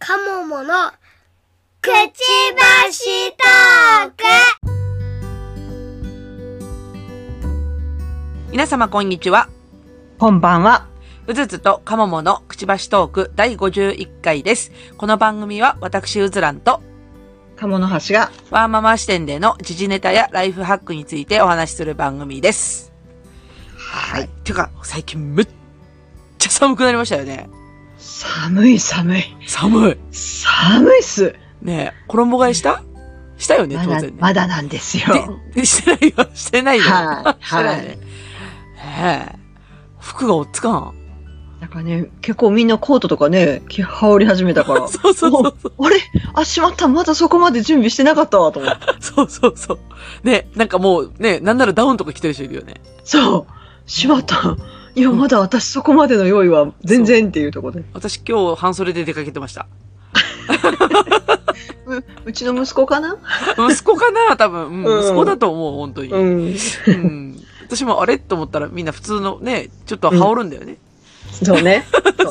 カモモのくちばしトーク。 皆様こんにちは。 こんばんは。 うずつとカモモのくちばしトーク第51回です。この番組は私うずらんとカモノハシがワーママ視点での時事ネタやライフハックについてお話しする番組です。 はい。 てか最近めっちゃ寒くなりましたよね。 寒い。寒いっす。 ねえ、衣替えしたよね、当然ね。 まだなんですよ。 してないよ。 はい。 してないね。服が追っつかん。 なんかね、結構みんなコートとかね、羽織り始めたから。 そう。 あれしまった。まだそこまで準備してなかったわ、と思って。 そう。ね、なんかもうね、なんならダウンとか着てる人いるよね。 そう。しまった。いや、まだ私そこまでの用意は全然っていうところで。 私今日半袖で出かけてました。 うちの息子かな息子かな多分、息子だと思う、本当に。私もあれと思ったらみんな普通のね、ちょっと羽織るんだよね。 そうね。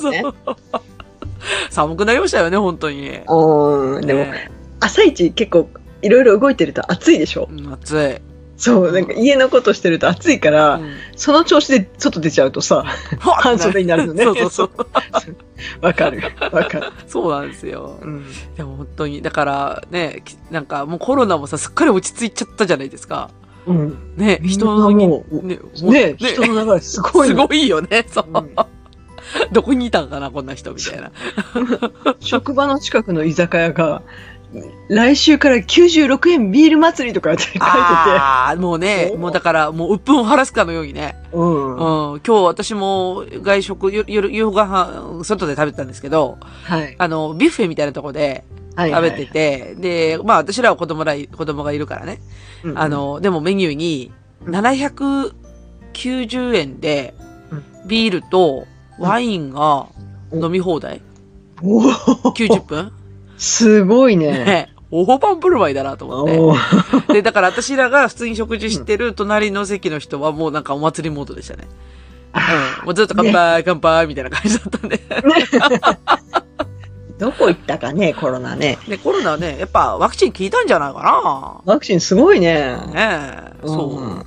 寒くなりましたよね、本当に。 でも、朝一結構いろいろ動いてると暑いでしょ。 暑い。 そう、なんか家のことしてると暑いから、その調子で外出ちゃうとさ、半袖になるのね。 そう。 わかる。 そうなんですよ。でも本当に、だからね、なんかもうコロナもさ、すっかり落ち着いちゃったじゃないですか。ね、人の人の流れすごい。 すごいよね、そう。どこにいたんかな、こんな人みたいな。 職場の近くの居酒屋が、来週から96円ビール祭りとかって書いてて。 もうね、もうだから、もう鬱憤を晴らすかのようにね。今日私も外食、夕ご飯、外で食べてたんですけど、ビュッフェみたいなところで食べてて、で、まあ私らは子供がいるからね。でもメニューに、790円で、ビールとワインが飲み放題。90分すごいね。 大盤振る舞いだなと思って。で、だから私らが普通に食事してる隣の席の人はもうなんかお祭りモードでしたね。もうずっと乾杯みたいな感じだったんで。 どこ行ったかね、コロナね。 コロナはね、やっぱワクチン効いたんじゃないかな。 ワクチンすごいね。 そう。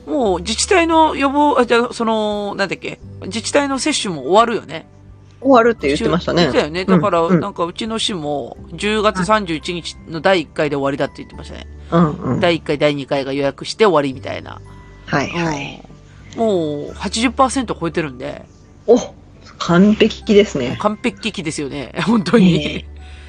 もう自治体の予防、なんだっけ、自治体の接種も終わるよね。 終わるって言ってましたね。 言ってたよね。だから、なんかうちの市も10月31日の第1回で終わりだって言ってましたね。第1回、第2回が予約して終わりみたいな。もう80% 超えてるんで。 完璧ですね。 完璧ですよね。本当に。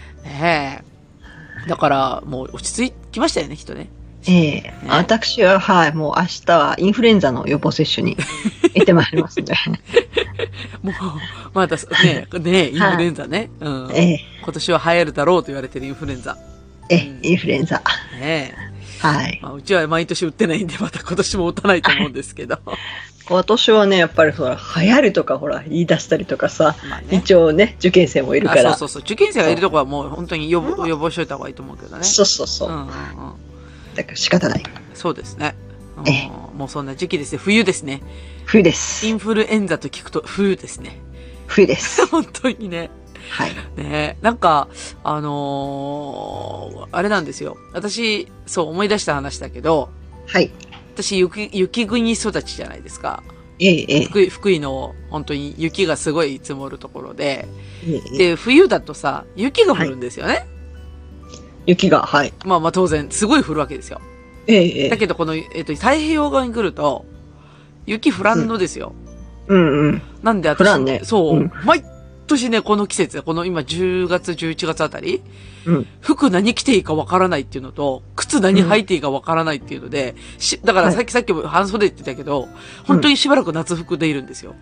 だから、もう落ち着きましたよね、きっとね。 私は、もう明日はインフルエンザの予防接種に行ってまいりますんで。 もう、まだね、インフルエンザね。今年は流行るだろうと言われてるインフルエンザ。 インフルエンザ。 うちは毎年打ってないんで、また今年も打たないと思うんですけど。 今年はね、やっぱりほら、流行るとかほら、言い出したりとかさ、一応ね、受験生もいるから。 そう。受験生がいるとこはもう本当に予防しといた方がいいと思うけどね。 そう。だから仕方ない。 そうですね。もうそんな時期ですね。冬ですね。 冬です。 インフルエンザと聞くと冬ですね。 冬です。 本当にね。なんか、あれなんですよ。私、そう思い出した話だけど、私、雪国育ちじゃないですか。福井の本当に雪がすごい積もるところで、で、冬だとさ、雪が降るんですよね。 雪が、 まあ当然、すごい降るわけですよ。だけど、この、太平洋側に来ると、雪降らんのですよ。なんで私、そう、毎年ね、この季節、この今10月、11月あたり、服何着ていいかわからないっていうのと、靴何履いていいかわからないっていうので、だからさっきも半袖って言ってたけど、本当にしばらく夏服でいるんですよ。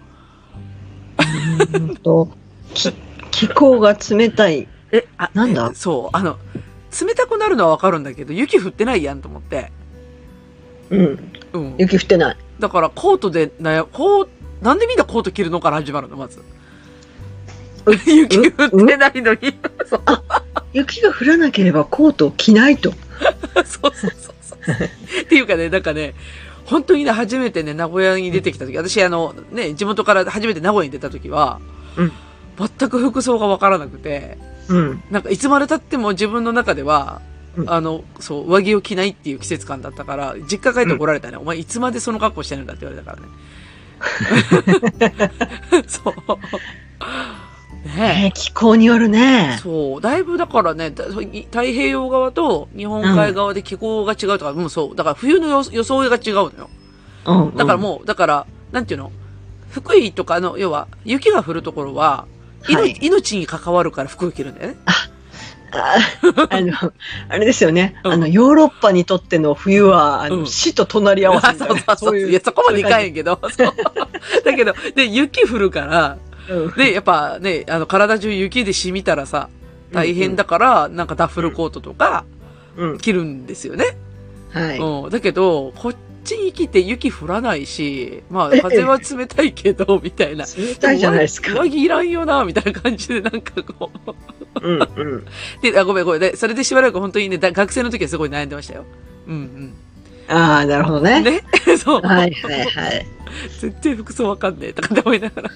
気候が冷たい。なんだそう、冷たくなるのはわかるんだけど、雪降ってないやんと思って。 雪降ってない。 だからコートでなんでみんなコート着るのから始まるのまず。雪降ってないのに。 雪が降らなければコートを着ないと。 そう。っていうかね、なんかね、本当にね、初めてね、名古屋に出てきた時、私地元から初めて名古屋に出た時は、全く服装がわからなくて、 うん。 なんかいつまで経っても自分の中では、 うんそう、上着を着ないっていう季節感だったから、実家帰って怒られたね。お前いつまでその格好してるんだって言われたからね。そう。ね気候によるね。 そう。だいぶだからね、太平洋側と日本海側で気候が違うとか、そう。だから冬の装いが違うのよ。 うん。 だからもう、なんていうの福井とかの、要は、雪が降るところは、命に関わるから服を着るんだよね。 あれですよね。ヨーロッパにとっての冬は、死と隣り合わせみたいな。 そういう。いや、そこまでいかんやけど。だけど、で、雪降るから、で、やっぱね、体中雪で染みたらさ、大変だから、なんかダッフルコートとか、着るんですよね。 はい。 だけど、こっちに来て雪降らないし、まあ、風は冷たいけど、みたいな。 冷たいじゃないですか。 上着いらんよな、みたいな感じで、なんかこう。で、ごめん。で、それでしばらく本当にね、学生の時はすごい悩んでましたよ。 ああ、なるほどね。 ね。そう。 はい。 絶対服装わかんねえとかって思いながら。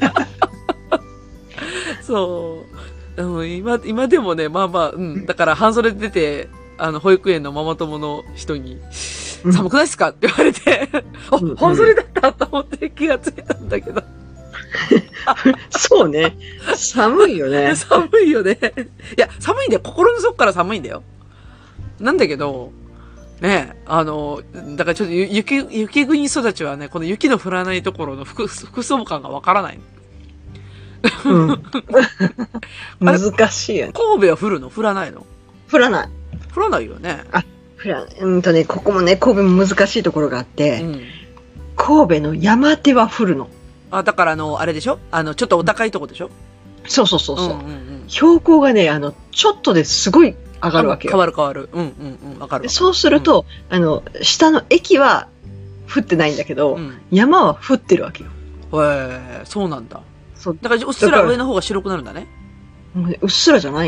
そう。今でもね、まあまあ、だから半袖で出て、保育園のママ友の人に、寒くないですかって言われて、半袖だったと思って気がついたんだけど。 そうね。寒いよね。 寒いよね。いや、寒いんだよ。心の底から寒いんだよ。なんだけど、ねだからちょっと雪国育ちはね、この雪の降らないところの服装感がわからない。 難しいよね。 神戸は降るの？降らないの？ 降らない。 降らないよね。 ここもね、神戸も難しいところがあって、神戸の山手は降るの。 だからあれでしょ？ちょっとお高いとこでしょ？ そう。標高がね、ちょっとですごい上がるわけよ。 変わる。わかる。 そうすると、下の駅は降ってないんだけど、山は降ってるわけよ。 そうなんだ。 そう。 だからうっすら上の方が白くなるんだね。 うっすらじゃない。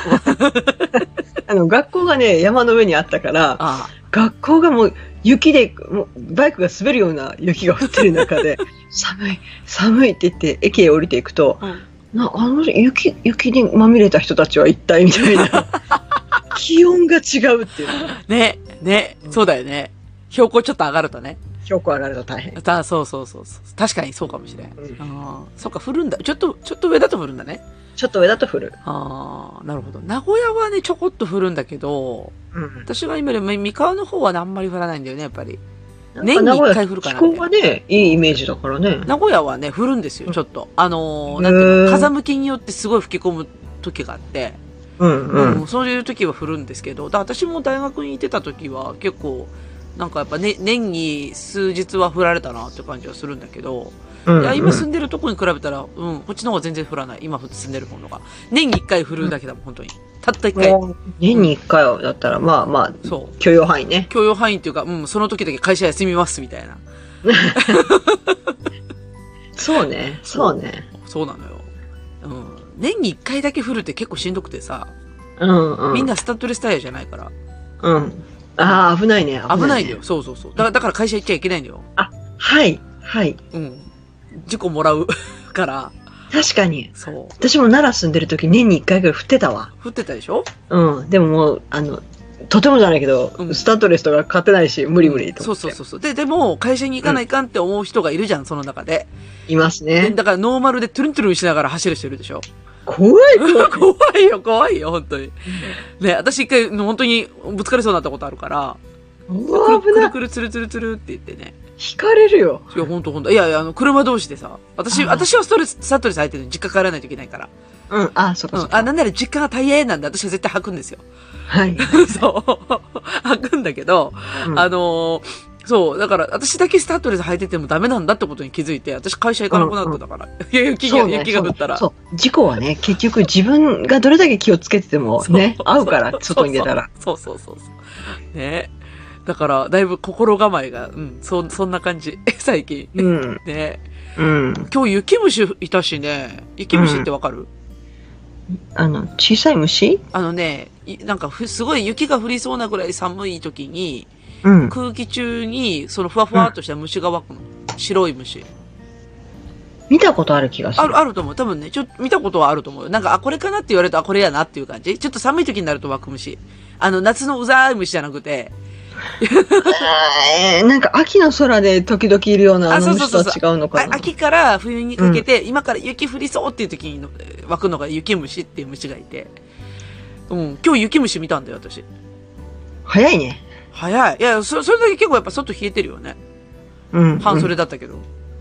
学校がね、山の上にあったから、学校がもう雪で、バイクが滑るような雪が降ってる中で、寒いって言って駅へ降りていくと、雪にまみれた人たちは一体みたいな。気温が違うっていう。 ね、そうだよね。標高ちょっと上がるとね。 標高上がると大変。 そう。確かにそうかもしれん。そうか、降るんだ。ちょっと上だと降るんだね。 ちょっと上だと降る。 なるほど。名古屋はね、ちょこっと降るんだけど、私が今でも三河の方はあんまり降らないんだよね、やっぱり。年に一回降るかな。 気候がね、いいイメージだからね。 名古屋はね、降るんですよ、ちょっと。なんていうの、風向きによってすごい吹き込む時があって、そういう時は降るんですけど、私も大学に行ってた時は結構、なんかやっぱね、年に数日は降られたなって感じはするんだけど、いや、今住んでるとこに比べたら、こっちの方が全然降らない。今住んでる方のが。年に一回降るだけだもん、本当に。たった一回。 年に一回だったら、まあ、そう。許容範囲ね。 許容範囲っていうか、その時だけ会社休みます、みたいな。 そうね。 そうなのよ。年に一回だけ降るって結構しんどくてさ。みんなスタッドレスタイヤじゃないから。 ああ、危ないね。 危ないんだよ。そう。だから会社行っちゃいけないんだよ。 はい。 事故もらうから。 確かに。 そう。 私も奈良住んでる時年に1回ぐらい降ってたわ。 降ってたでしょ？ でももう、とてもじゃないけど、スタッドレスとか買ってないし、無理と思って。 そう。でも、会社に行かないかんって思う人がいるじゃん、その中で。 いますね。 だからノーマルでトゥルントゥルンしながら走る人いるでしょ？ 怖いよ、本当に。ね、私一回、本当にぶつかりそうになったことあるから、くるくるつるつるつるって言ってね。 引かれるよ。 いや、ほんと。いや、車同士でさ、私はスタッドレス入ってるのに実家帰らないといけないから。 そっか。 なんなら実家がタイヤなんで私は絶対履くんですよ。 はい。 そう。履くんだけど、そう、だから私だけスタッドレス履いててもダメなんだってことに気づいて、私会社行かなくなっただから。雪が降ったら。 そう。事故はね、結局自分がどれだけ気をつけててもね、合うから、外に出たら。 そう。ね。だから、だいぶ心構えが、そんな感じ。最近。ね。今日雪虫いたしね。雪虫ってわかる？ 小さい虫？ なんかすごい雪が降りそうなぐらい寒い時に、空気中にそのふわふわっとした虫が湧くの。白い虫。 見たことある気がする。 あると思う。多分ね、ちょっと見たことはあると思うよ。なんか、これかなって言われると、これやなっていう感じ。ちょっと寒い時になると湧く虫。夏のうざい虫じゃなくて。 なんか秋の空で時々いるような虫とは違うのかな。 秋から冬にかけて、今から雪降りそうっていう時に湧くのが雪虫っていう虫がいて。今日雪虫見たんだよ、私。 早いね。 早い。いや、それだけ結構やっぱ外冷えてるよね。半袖だったけど。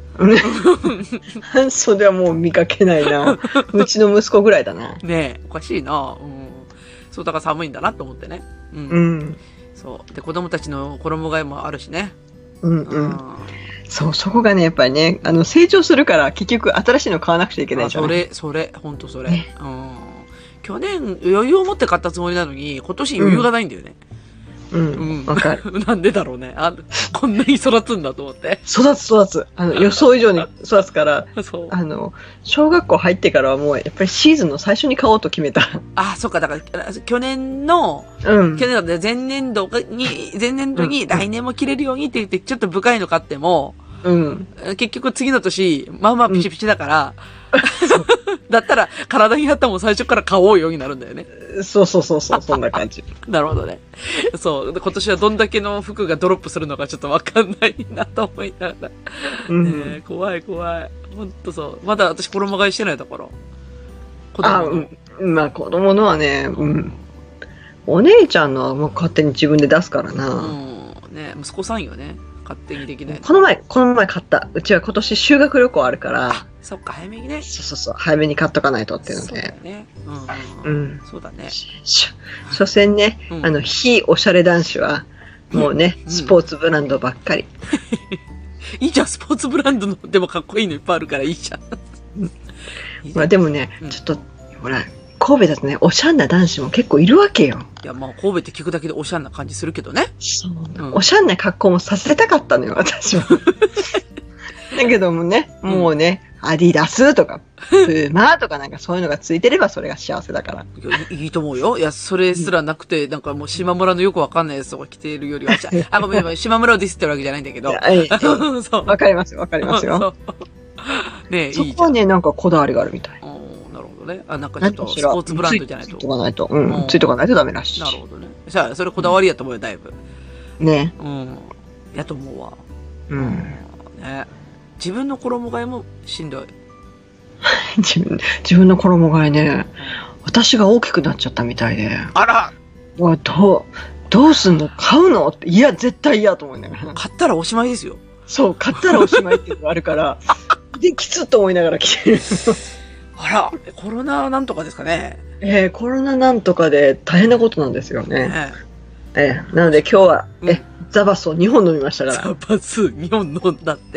半袖はもう見かけないな。うちの息子ぐらいだな。 ねえ、おかしいな。そう、だから寒いんだなと思ってね。そう。で、子供たちの衣替えもあるしね。 そう、そこがね、やっぱりね、成長するから結局新しいの買わなくちゃいけないじゃん。 それ、ほんとそれ。去年余裕を持って買ったつもりなのに、今年余裕がないんだよね。わかる。なんでだろうね。こんなに育つんだと思って。 育つ。予想以上に育つから、小学校入ってからはもう、やっぱりシーズンの最初に買おうと決めた。 そっか、だから、去年の前年度に来年も着れるようにって言って、ちょっと深いの買っても、結局次の年、まあまあピチピチだから、だったら体に合ったもん最初から買おうようになるんだよね。 そう、そんな感じ。 なるほどね。そう。今年はどんだけの服がドロップするのかちょっとわかんないなと思いながら。怖い。ほんとそう。まだ私衣替えしてないところ。 まあ子供のはね、お姉ちゃんのはもう勝手に自分で出すからな。 ね、息子さんよね。勝手にできない。 この前買った。うちは今年修学旅行あるから。 そっか、早めにね。 そう。早めに買っとかないとっていうので。 そうだね。そうだね。 所詮ね、非おしゃれ男子は、もうね、スポーツブランドばっかり。 いいじゃん、スポーツブランドの、でもかっこいいのいっぱいあるからいいじゃん。 まあでもね、ちょっと、ほら、神戸だとね、おしゃんな男子も結構いるわけよ。 いや、まあ、神戸って聞くだけでおしゃんな感じするけどね。 そう。おしゃんな格好もさせたかったのよ、私は。だけどもね、もうね、アディダスとか、プーマとかなんかそういうのがついてればそれが幸せだから。 いいと思うよ。いや、それすらなくて、なんかもう島村のよくわかんないやつとか着ているよりは、ごめん、島村をディスってるわけじゃないんだけど。 そう。わかりますよ。 ねえ、いいじゃん。 そこはね、なんかこだわりがあるみたい。 なるほどね。なんかちょっとスポーツブランドじゃないと。 ついとかないと。ついとかないとダメらしい。 なるほどね。さあ、それこだわりやと思うよ、だいぶ。 ね。 やと思うわ。ね。自分の衣替えもしんどい。 自分の衣替えね、私が大きくなっちゃったみたいで。 あらどうすんの買うのって、いや、絶対嫌と思いながら。 買ったらおしまいですよ。 そう、買ったらおしまいっていうのがあるから、で、きつっと思いながら着てる。 あら、コロナなんとかですかね。 コロナなんとかで大変なことなんですよね。なので今日は、ザバスを2本飲みましたから。 ザバス2本飲んだって。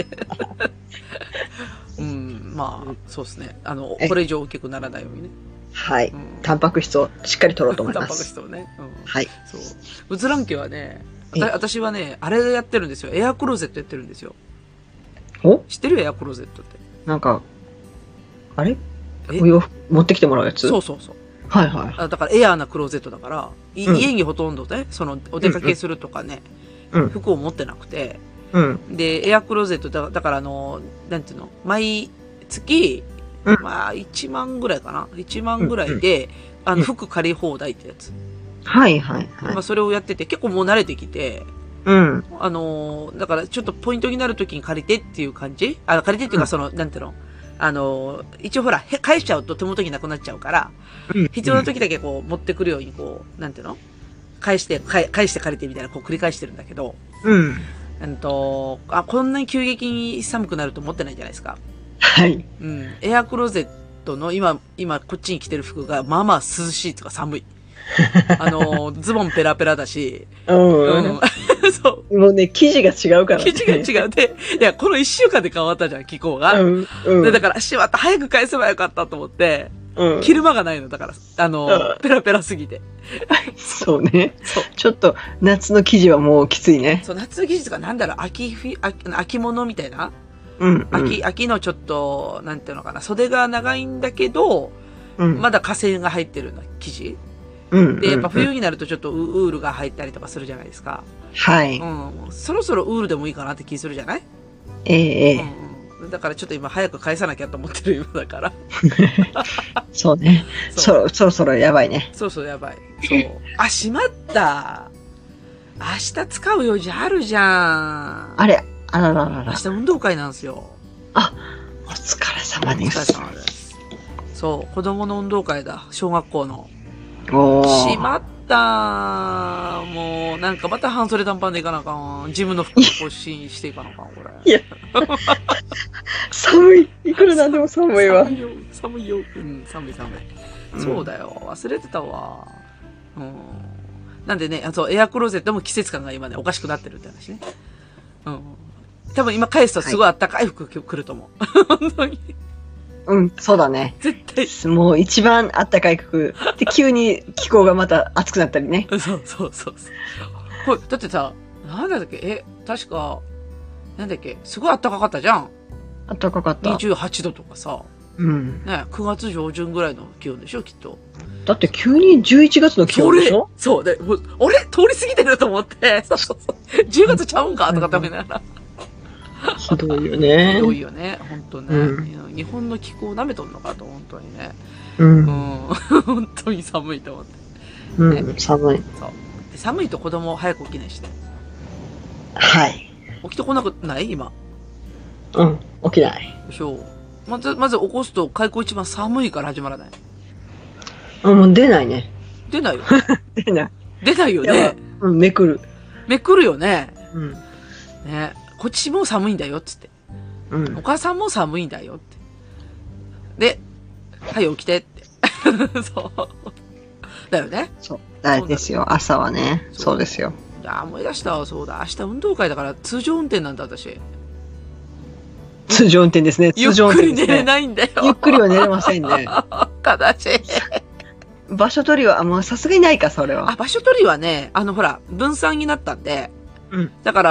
まあ、そうですね。これ以上大きくならないようにね。 はい。タンパク質をしっかり取ろうと思います。 タンパク質をね。 はい。 そう。うずらん家はね、私はね、あれやってるんですよ。エアクローゼットやってるんですよ。知ってるエアクローゼットって。 なんか、あれお洋服持ってきてもらうやつ？ そう。 はい。 だからエアーなクローゼットだから、家にほとんどね、お出かけするとかね、服を持ってなくて、で、エアクローゼットだからなんていうの、毎月、まあ、1万ぐらいかな。1万ぐらいで、服借り放題ってやつ。 はい。 まあ、それをやってて、結構もう慣れてきて、だからちょっとポイントになるときに借りてっていう感じ？借りてっていうかなんていうの？一応ほら、返しちゃうと手元になくなっちゃうから、必要な時だけこう持ってくるようになんていうの？返して借りてみたいな繰り返してるんだけど、こんなに急激に寒くなると思ってないじゃないですか。 はい。 エアクローゼットの今こっちに着てる服が、まあまあ涼しいとか寒い。ズボンペラペラだし。 そう。もうね、生地が違うからね。 生地が違う。で、いや、この1週間で変わったじゃん、気候が。で、だから、しまった、早く返せばよかったと思って、着る間がないの、だから、ペラペラすぎて。 そうね。ちょっと、夏の生地はもうきついね。 そう、夏の生地とか、なんだろう、秋物みたいな。秋のちょっと、なんていうのかな、袖が長いんだけど、まだ化繊が入ってるような生地。で、やっぱ冬になるとちょっとウールが入ったりとかするじゃないですか。 はい。 そろそろウールでもいいかなって気するじゃない？ だからちょっと今早く返さなきゃと思ってる今だから。 そうね。そろそろやばいね。 そろそろやばい。そう。あ、しまった。明日使う用事あるじゃん。 あれ、あらららら。 明日運動会なんですよ。 あ、お疲れ様です。 お疲れ様です。そう、子供の運動会だ。小学校の。しまった。もう、なんかまた半袖短パンでいかなあかん。ジムの服更新していかなあかん、これ。いや。 寒い。いくらなんでも寒いわ。 寒いよ。寒いよ。うん、寒い。そうだよ。忘れてたわ。うん。なんでね、そう、エアクローゼットも季節感が今ね、おかしくなってるって話ね。うん。多分今返すとすごいあったかい服来ると思う。本当に。 うん、そうだね。 絶対。 もう一番あったかい服。で、急に気候がまた暑くなったりね。 そう。これ、だってさ、なんだっけ、確か、なんだっけ、すごいあったかかったじゃん。 あったかかった。 28度とかさ。 うん。 ね、9月上旬ぐらいの気温でしょ、きっと。 だって急に11月の気温でしょ？ そう。で、俺通り過ぎてると思って、そう。10月ちゃうんかとか食べながら。 ひどいよね。 ひどいよね。本当ね、日本の気候を舐めとんのかと、本当にね。本当に寒いと思って。 ね、寒い。 そう。で寒いと子供早く起きないしね。 はい。 起きてこなくない今。 うん、起きない。 でしょう。まず起こすと開口一番寒いから始まらない。 もう出ないね。 出ないよ。 出ない。 出ないよね。 うん、めくる。 めくるよね。 うん。 ね。こっちも寒いんだよ、っつって。 うん。 お母さんも寒いんだよ、って。で、はい、起きてって。そう。だよね。 そう。大事ですよ。朝はね。そうですよ。 思い出したわ、そうだ。明日運動会だから通常運転なんだ、私。 通常運転ですね。通常運転ですね。 ゆっくり寝れないんだよ。 ゆっくりは寝れませんね。 悲しい。 場所取りは、もうさすがにないか、それは。 場所取りはね、ほら、分散になったんで、 うん。 だから、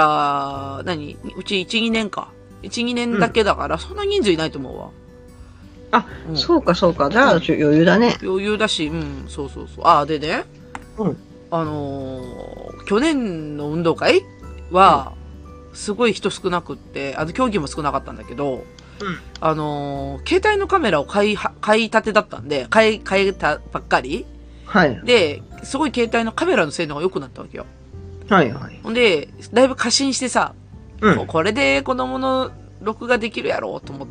うち1、2年か。1、2年だけだから、そんな人数いないと思うわ。 そうか。じゃあ、余裕だね。 余裕だし、そう。でね。 うん。 去年の運動会は、すごい人少なくって、競技も少なかったんだけど、携帯のカメラを買いたてだったんで、買えたばっかり。 はい。 で、すごい携帯のカメラの性能が良くなったわけよ。 はい。 ほんで、だいぶ過信してさ、 うん、 これで子供の録画できるやろうと思って、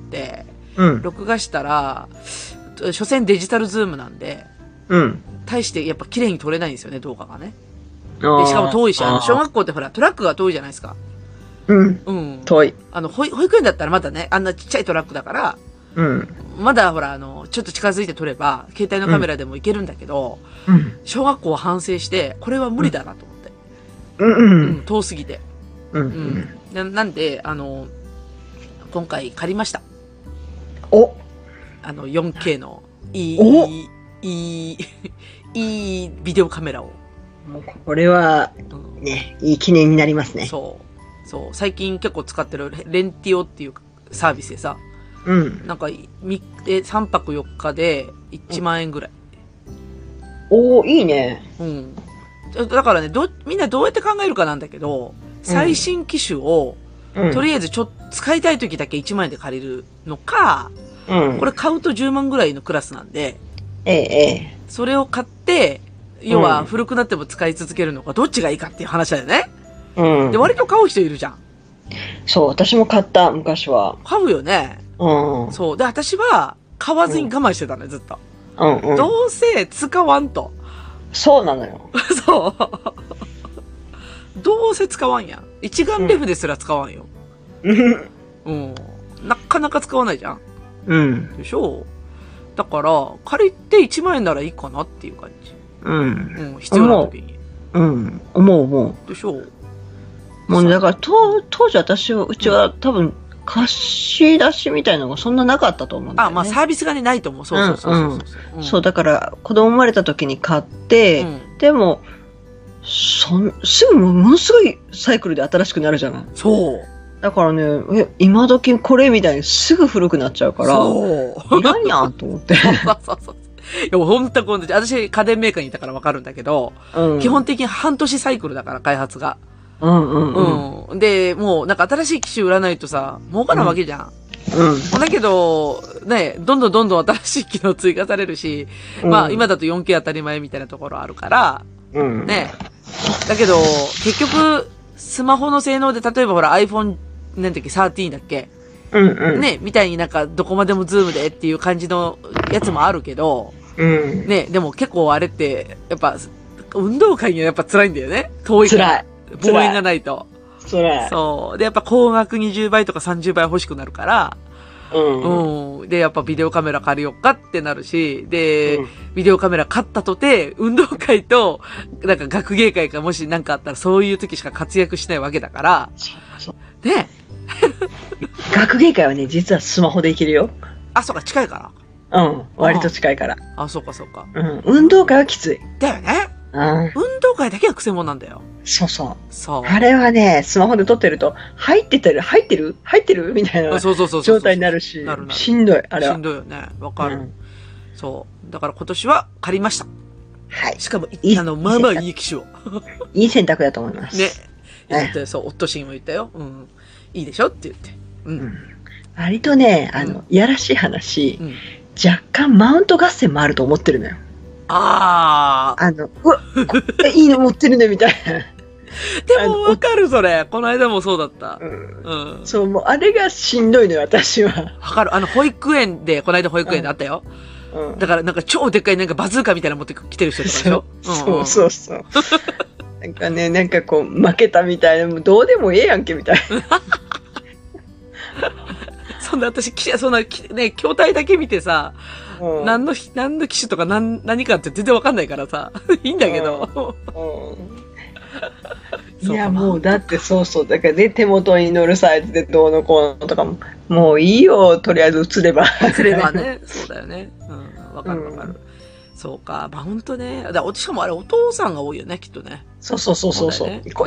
録画したら、所詮デジタルズームなんで、大してやっぱ綺麗に撮れないんですよね、動画がね。で、しかも遠いし、小学校ってほら、トラックが遠いじゃないですか。遠い。保育園だったらまだね、あんなちっちゃいトラックだから、まだほら、ちょっと近づいて撮れば、携帯のカメラでもいけるんだけど、小学校は反省して、これは無理だなと思って。遠すぎて。なんで、今回借りました。4K の、いいビデオカメラを。 もうこれは、ね、いい記念になりますね。 そう。最近結構使ってるレンティオっていうサービスでさ、なんか、3泊4日で1万円ぐらい。 いいね。 だからね、みんなどうやって考えるかなんだけど、最新機種を、とりあえず使いたい時だけ1万円で借りるのか、これ買うと10万ぐらいのクラスなんで、それを買って、要は古くなっても使い続けるのか、どっちがいいかっていう話だよね。で、割と買う人いるじゃん。 そう、私も買った、昔は。 買うよね。そう。で、私は買わずに我慢してたのよ、ずっと。どうせ使わんと。 そうなのよ。 そう。どうせ使わんやん。一眼レフですら使わんよ。なかなか使わないじゃん。でしょ？だから、借りて1万円ならいいかなっていう感じ。必要な時に。 思う。 でしょう？ もうね、だから、当時うちは多分、貸し出しみたいなのがそんななかったと思うんだよね。 サービスがね、ないと思う。そう。 そう、だから、子供生まれた時に買って、でも、すぐものすごいサイクルで新しくなるじゃない。 そう。 だからね、今時これみたいにすぐ古くなっちゃうから、いらんやんと思って。 そう。いや、ほんと私、家電メーカーにいたからわかるんだけど、基本的に半年サイクルだから、開発が。で、もうなんか新しい機種売らないとさ、儲からんわけじゃん。 だけど、ね、どんどん新しい機能追加されるし、まあ今だと 4K 当たり前みたいなところあるから、ね。だけど、結局、スマホの性能で、例えばほら iPhone、なんだっけ、13だっけね、みたいになんかどこまでもズームでっていう感じのやつもあるけど、ね、でも結構あれって、やっぱ、運動会にはやっぱ辛いんだよね。遠いから。望遠がないと。そう。で、やっぱ光学20倍とか30倍欲しくなるから、で、やっぱビデオカメラ借りよっかってなるし、で、ビデオカメラ買ったとて、運動会と、なんか学芸会かもしなんかあったらそういう時しか活躍しないわけだから、ね。 学芸会はね、実はスマホで行けるよ。 あ、そうか、近いから。割と近いから。 あ、そうか、そうか。 運動会はきつい。 だよね。運動会だけは癖もんなんだよ。 そう。あれはね、スマホで撮ってると、入ってるみたいな状態になるし、しんどい、あれは。 しんどいよね。わかる。そう。だから今年は借りました。 はい。 しかも、まあまあいい機種を。 いい選択だと思います。 ね。そう、オットシンも言ったよ。いいでしょって言って。 割とね、やらしい話、若干マウント合戦もあると思ってるのよ。うわ、いいの持ってるね、みたいな。 でもわかる、それ。この間もそうだった。 そう、もうあれがしんどいのよ、私は。 わかる。保育園で、この間保育園であったよ。だからなんか超でっかいなんかバズーカみたいなの持ってきてる人とかでしょ。 そう。なんかね、なんかこう、負けたみたいな、どうでもええやんけ、みたいな。 そんな私、そんな、ね、筐体だけ見てさ、何の機種とか何かって全然わかんないからさ、いいんだけど。 いや、もうだってそう、だからね、手元に乗るサイズでどうのこうのとかも、もういいよ、とりあえず映れば。 映ればね、そうだよね。わかる。そうか、マウントね。しかもあれお父さんが多いよね、きっとね。 そう。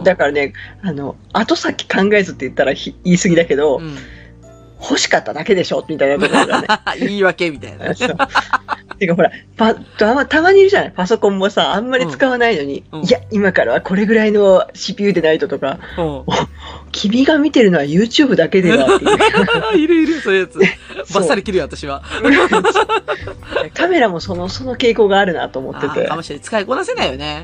だからね、後先考えずって言ったら言い過ぎだけど、欲しかっただけでしょみたいなところがね。 言い訳みたいな。 てかほら、たまにいるじゃないパソコンもさ、あんまり使わないのに、いや、今からはこれぐらいの CPU でないとか、君が見てるのは YouTube だけではっていう。いる、そういうやつ。バッサリ切るよ、私は。 カメラもその傾向があるなと思ってて。 かもしれない。使いこなせないよね。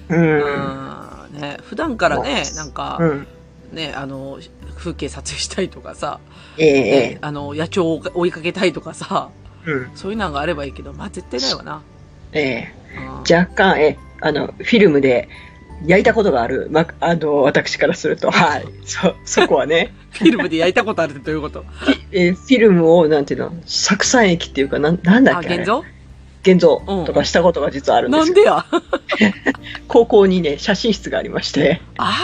ね、普段からね、なんか、ね、風景撮影したいとかさ、野鳥を追いかけたいとかさ、そういうのがあればいいけど、まあ絶対ないわな。 若干、フィルムで焼いたことがある、私からすると、はい。そこはね。 フィルムで焼いたことあるってどういうこと？ フィルムを、なんていうの、酢酸液っていうか、なんだっけ？現像とかしたことが実はあるんですよ。 なんでや高校にね、写真室がありまして。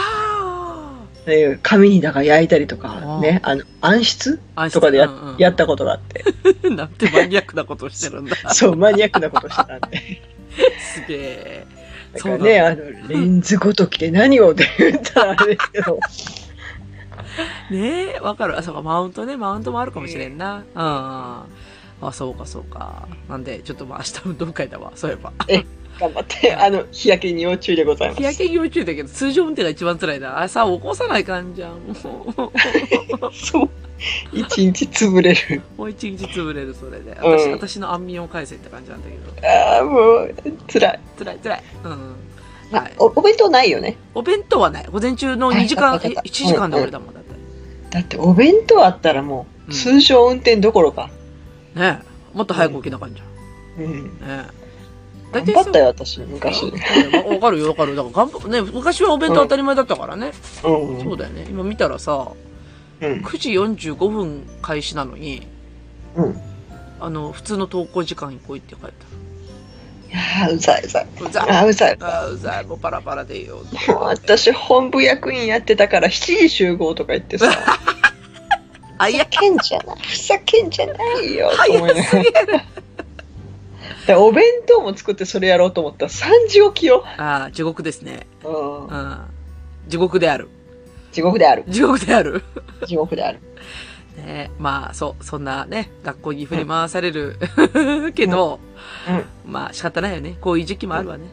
紙にだから焼いたりとかね、暗室とかでやったことがあって。 なんてマニアックなことをしてるんだ。 そう、マニアックなことしてたんで。 すげえ。 だからね、レンズごときで何をって言ったらあれですけど。 ねえ、わかる。そうか、マウントもあるかもしれんな。そうか。なんで、ちょっと明日運動会だわ、そういえば。 頑張って、日焼けに要注意でございます。 日焼けに要注意だけど、通常運転が一番辛いな。朝起こさないかんじゃん。 そう。一日潰れる。 もう一日潰れる、それで。私の安眠を返せって感じなんだけど。ああ、もう、辛い。 はい。 お弁当ないよね。 お弁当はない。午前中の2時間、1時間で俺だもん、だって。 だって、お弁当あったらもう、通常運転どころか。 ねえ。もっと早く起きなかんじゃん。ねえ。 頑張ったよ、私、昔。 わかるよ。だからね、昔はお弁当当たり前だったからね。そうだよね。今見たらさ、9時45分開始なのに、普通の登校時間に来いって書いてある。いやー、うざい。 うざい。もうパラパラでいいよ。 私、本部役員やってたから7時集合とか言ってさ。ふざけんじゃないよ。 早すぎる。 お弁当も作ってそれやろうと思ったら3時起きよ。 地獄ですね。地獄である。ね、まあ、そんなね、学校に振り回されるけど、まあ仕方ないよね。こういう時期もあるわね。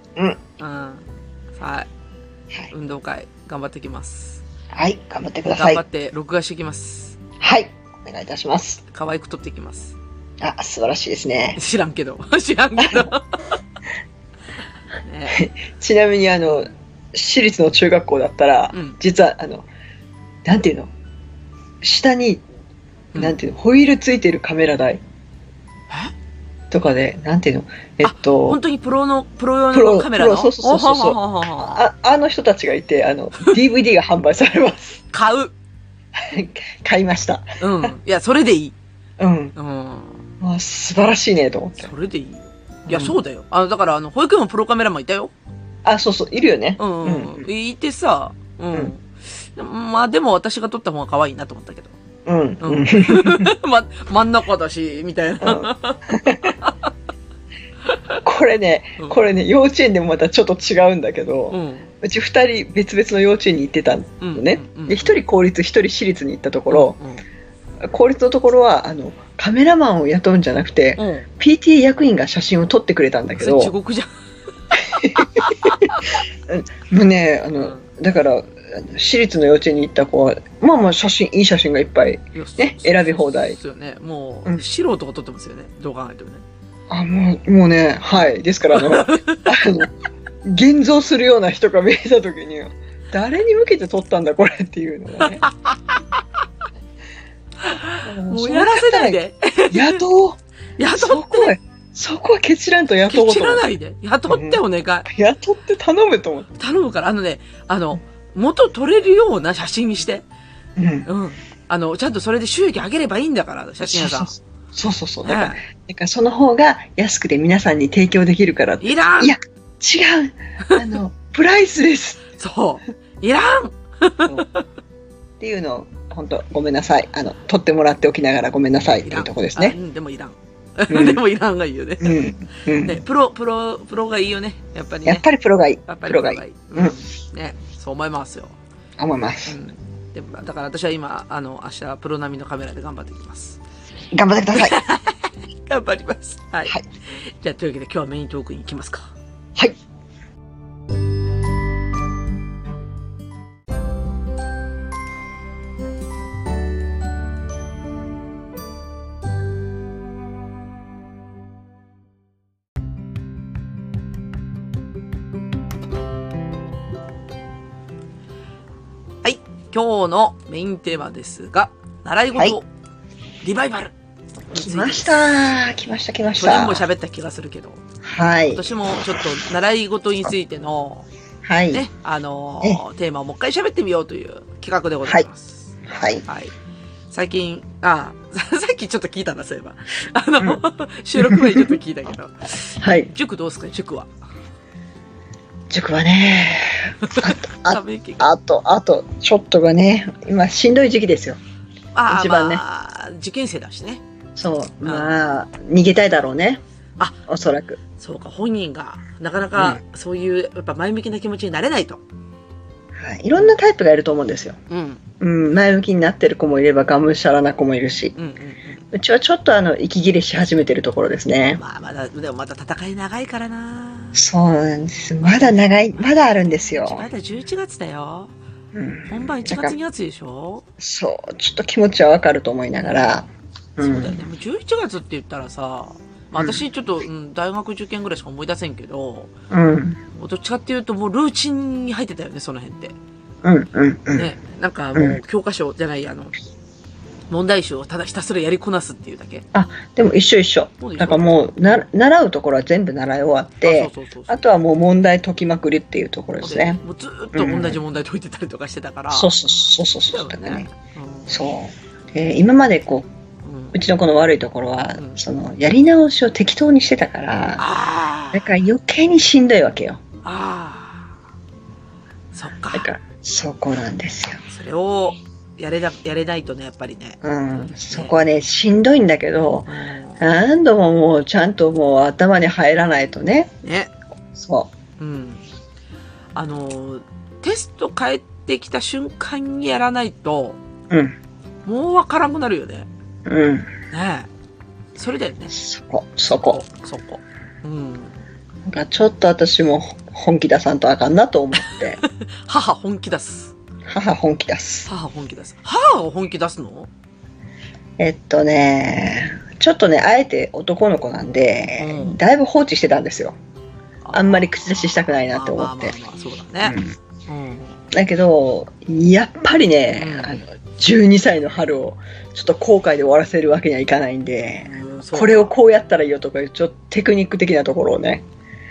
はい。運動会、頑張ってきます。 はい、頑張ってください。 頑張って録画してきます。 はい、お願願いいたします。 可愛く撮っていきます。 あ、素晴らしいですね。 知らんけど。知らんけど。 ね、ちなみに私立の中学校だったら、実はなんていうの、下に、なんていうの、ホイールついてるカメラ台とかで、なんていうの、 本当にプロ用のカメラの？ そう。あの人たちがいて、DVD が販売されます。買いました。 いや、それでいい。 素晴らしいね、と思って。 それでいいよ。いや、そうだよ。だから、保育園もプロカメラマンいたよ。 あ、そう、いるよね。 いてさ、まあ、でも私が撮った方が可愛いなと思ったけど。真ん中だし、みたいな。 これね、幼稚園でもまたちょっと違うんだけど、うち2人別々の幼稚園に行ってたのね。で、1人公立、1人私立に行ったところ、公立のところはカメラマンを雇うんじゃなくて、PTA 役員が写真を撮ってくれたんだけど、 地獄じゃん。 もうね、だから私立の幼稚園に行った子はまあいい写真がいっぱいね、選び放題ですよね。もう、素人が撮ってますよね。どう考えてもね。 もうね、はい。ですから現像するような人が見えたときに、誰に向けて撮ったんだこれっていうのがね。 もうやらせないで。 雇って。そこはケチらんと雇おうと。 ケチらないで。雇ってお願い。 雇って頼むと思って。 頼むから、元取れるような写真にして。ちゃんとそれで収益上げればいいんだから、写真屋さん。そう。だからその方が安くて皆さんに提供できるからって。 いらん！ いや、違う。プライスレス。 そう。いらん！ っていうのを、本当ごめんなさい。撮ってもらっておきながらごめんなさいっていうとこですね。 でもいらん。でもいらんがいいよね。ね、プロがいいよね。やっぱりね。 やっぱりプロがいい。 プロがいい。ね、そう思いますよ。 思います。 でもだから私は今、明日プロ並みのカメラで頑張っていきます。 頑張ってください。 頑張ります。はい。じゃあ、というわけで今日はメイントークに行きますか。 はい。 今日のメインテーマですが、習い事、リバイバル。 来ました。去年も喋った気がするけど。 はい。 今年もちょっと習い事についての、ね、テーマをもう一回喋ってみようという企画でございます。はい。最近、さっきちょっと聞いたんだ、そういえば。収録前にちょっと聞いたけど。 はい。 塾どうですか、塾は。 塾はね、あと、ちょっとがね、今しんどい時期ですよ。一番ね。 受験生だしね。 そう。逃げたいだろうね。おそらく。 そうか、本人が、なかなか、そういう、やっぱ前向きな気持ちになれないと。 はい。いろんなタイプがいると思うんですよ。前向きになってる子もいれば、がむしゃらな子もいるし。うちはちょっと息切れし始めてるところですね。 でもまだ戦い長いからな。 そうなんです。まだあるんですよ。 まだ11月だよ。本番1月2月でしょ？ そう、ちょっと気持ちはわかると思いながら。 そうだよね。もう11月って言ったらさ、私ちょっと、大学受験ぐらいしか思い出せんけど、どっちかっていうともうルーチンに入ってたよね、その辺って。ね、なんかもう教科書じゃない、問題集をただひたすらやりこなすっていうだけ。 でも一緒。だからもう習うところは全部習い終わって、あとはもう問題解きまくりっていうところですね。 もうずっと同じ問題解いてたりとかしてたから。 そう。今までうちの子の悪いところは、やり直しを適当にしてたから、だから余計にしんどいわけよ。 そっか。 だからそこなんですよ。 それをやれないとね、やっぱりね。 そこはね、しんどいんだけど、何度ももうちゃんともう頭に入らないとね。そう。 テスト帰ってきた瞬間にやらないと、もうわからんくなるよね。ねえ。それだよね。 そこ。ちょっと私も本気出さんとあかんなと思って。 本気出す。 母を本気出すの？ ちょっとね、あえて男の子なんで、だいぶ放置してたんですよ。あんまり口出ししたくないなって思って。 そうだね。 だけど、やっぱりね、12歳の春をちょっと後悔で終わらせるわけにはいかないんで、これをこうやったらいいよとかいうちょっとテクニック的なところをね、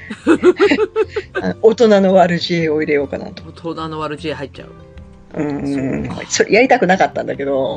大人の悪知恵を入れようかなと。 大人の悪知恵入っちゃう。 それやりたくなかったんだけど、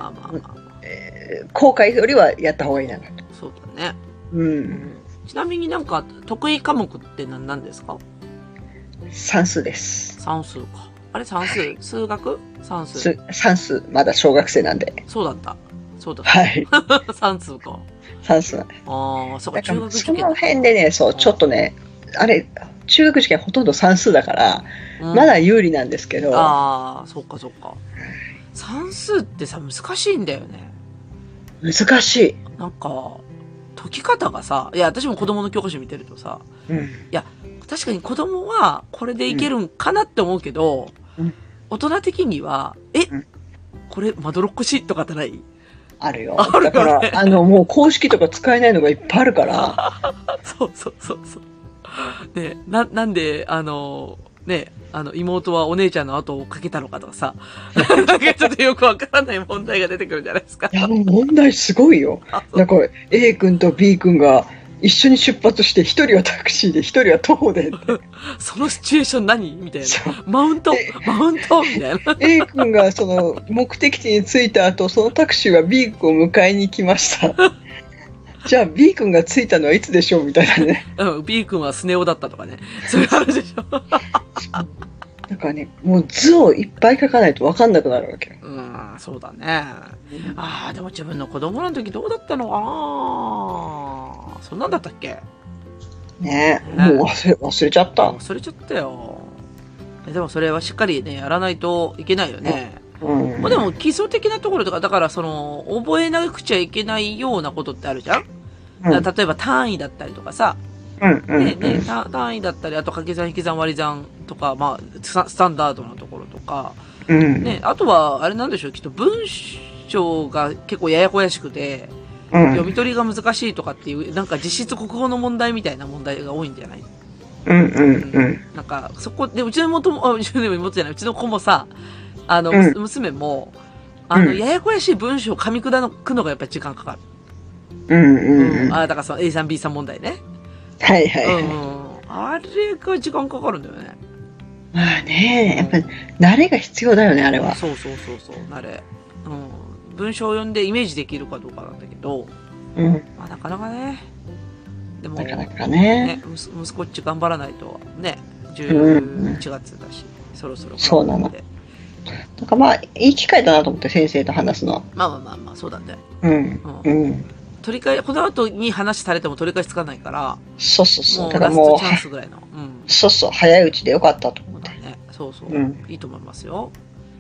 後悔よりはやった方がいいなと。 そうだね。ちなみになんか得意科目って何ですか？ 算数です。 算数か。あれ算数？数学？算数？ 算数、まだ小学生なんで。 そうだった。そうだった。 はい。 算数か。 算数。 ああ、そうか、 中学受験。その辺でね、そう、ちょっとね、あれ、中学受験ほとんど算数だから、まだ有利なんですけど。 ああ、そっかそっか。算数ってさ、難しいんだよね。 難しい。 なんか、解き方がさ、いや、私も子供の教科書見てるとさ、いや、確かに子供はこれでいけるんかなって思うけど、大人的には、これまどろっこしいとかってない？ あるよ。だから、もう公式とか使えないのがいっぱいあるから。 そう。ね、なんで、ね、妹はお姉ちゃんの後をかけたのかとかさ、なんかちょっとよくわからない問題が出てくるじゃないですか。 いや、もう問題すごいよ。なんか A 君と B 君が一緒に出発して、一人はタクシーで、一人は徒歩で。 そのシチュエーション何みたいな。マウントみたいな。 A 君がその目的地に着いた後、そのタクシーは B 君を迎えに来ました。じゃあ B 君が着いたのはいつでしょうみたいなね。 B 君はスネ夫だったとかね。そういう話でしょ。 だからね、もう図をいっぱい描かないと分かんなくなるわけよ。 そうだね。でも自分の子供の時どうだったのかな。そんなんだったっけね。もう忘れちゃった。 忘れちゃったよ。でもそれはしっかりね、やらないといけないよね。でも基礎的なところとか、だから覚えなくちゃいけないようなことってあるじゃん。例えば単位だったりとかさ。単位だったり、あと掛け算引き算割り算とか、まあ、スタンダードなところとか、あとは、あれなんでしょう、きっと文章が結構ややこやしくて、読み取りが難しいとかっていう、なんか実質国語の問題みたいな問題が多いんじゃない？なんか、そこで、うちの妹じゃない、うちの子もさ、娘も、ややこやしい文章を噛み砕くのがやっぱり時間かかる。だからその A3、B3 問題ね。 はい。 あれが時間かかるんだよね。 まあね、やっぱり慣れが必要だよね、あれは。 そう、慣れ。文章を読んでイメージできるかどうかなんだけど、まあなかなかね。でも、 なかなかね。 息子っち頑張らないとね、11月だし、そろそろ。 そうなの。なんかまあ、いい機会だなと思って、先生と話すの。 まあ、そうだね。この後に話されても取り返しつかないから。 そう。 だからもう、ラストチャンスぐらいの。 そう、早いうちでよかったと思って。 そう。いいと思いますよ。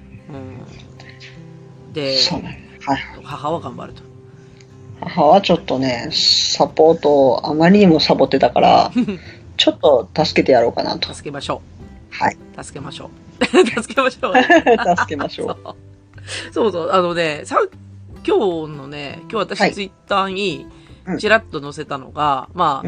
で、母は頑張ると。 母はちょっとね、サポートをあまりにもサボってたから、ちょっと助けてやろうかなと。 助けましょう。はい。 助けましょう。助けましょう。そう。今日私ツイッターにちらっと載せたのが、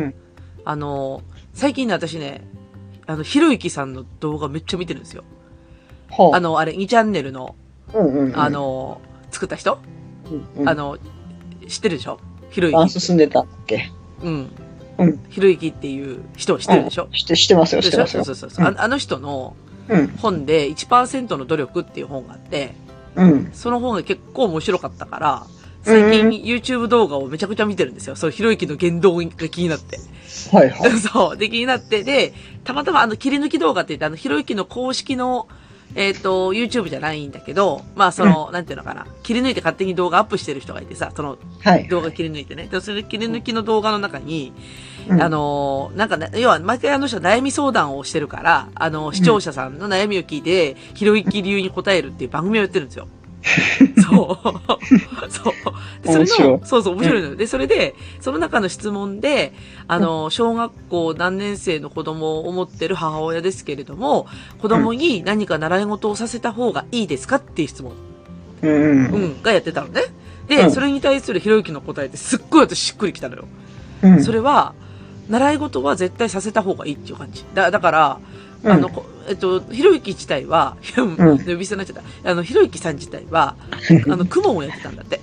最近ね、私ね、ひろゆきさんの動画めっちゃ見てるんですよ。あれ、2チャンネルの、作った人知ってるでしょ？ひろゆき。 進んでたっけ？ ひろゆきっていう人を知ってるでしょ？ 知ってますよ。 そう。あの人の本で 1% の努力っていう本があって、その本が結構面白かったから、最近 YouTube 動画をめちゃくちゃ見てるんですよ。そう、ひろゆきの言動が気になって。そう。で、気になって、で、たまたま切り抜き動画って言って、ひろゆきの公式の、YouTube じゃないんだけど、なんていうのかな。切り抜いて勝手に動画アップしてる人がいてさ、その動画切り抜いてね。で、それ切り抜きの動画の中に、なんかね、要は毎回人悩み相談をしてるから、視聴者さんの悩みを聞いて、ひろゆき流に答えるっていう番組をやってるんですよ。そう。面白いのよ。で、それで、その中の質問で、小学校何年生の子供を持ってる母親ですけれども、子供に何か習い事をさせた方がいいですかっていう質問。がやってたのね。 で、それに対するひろゆきの答えってすっごい私しっくりきたのよ。それは、習い事は絶対させた方がいいっていう感じ。だから、ひろゆき自体は、呼び捨てになっちゃった。ひろゆきさん自体は、クモンをやってたんだって。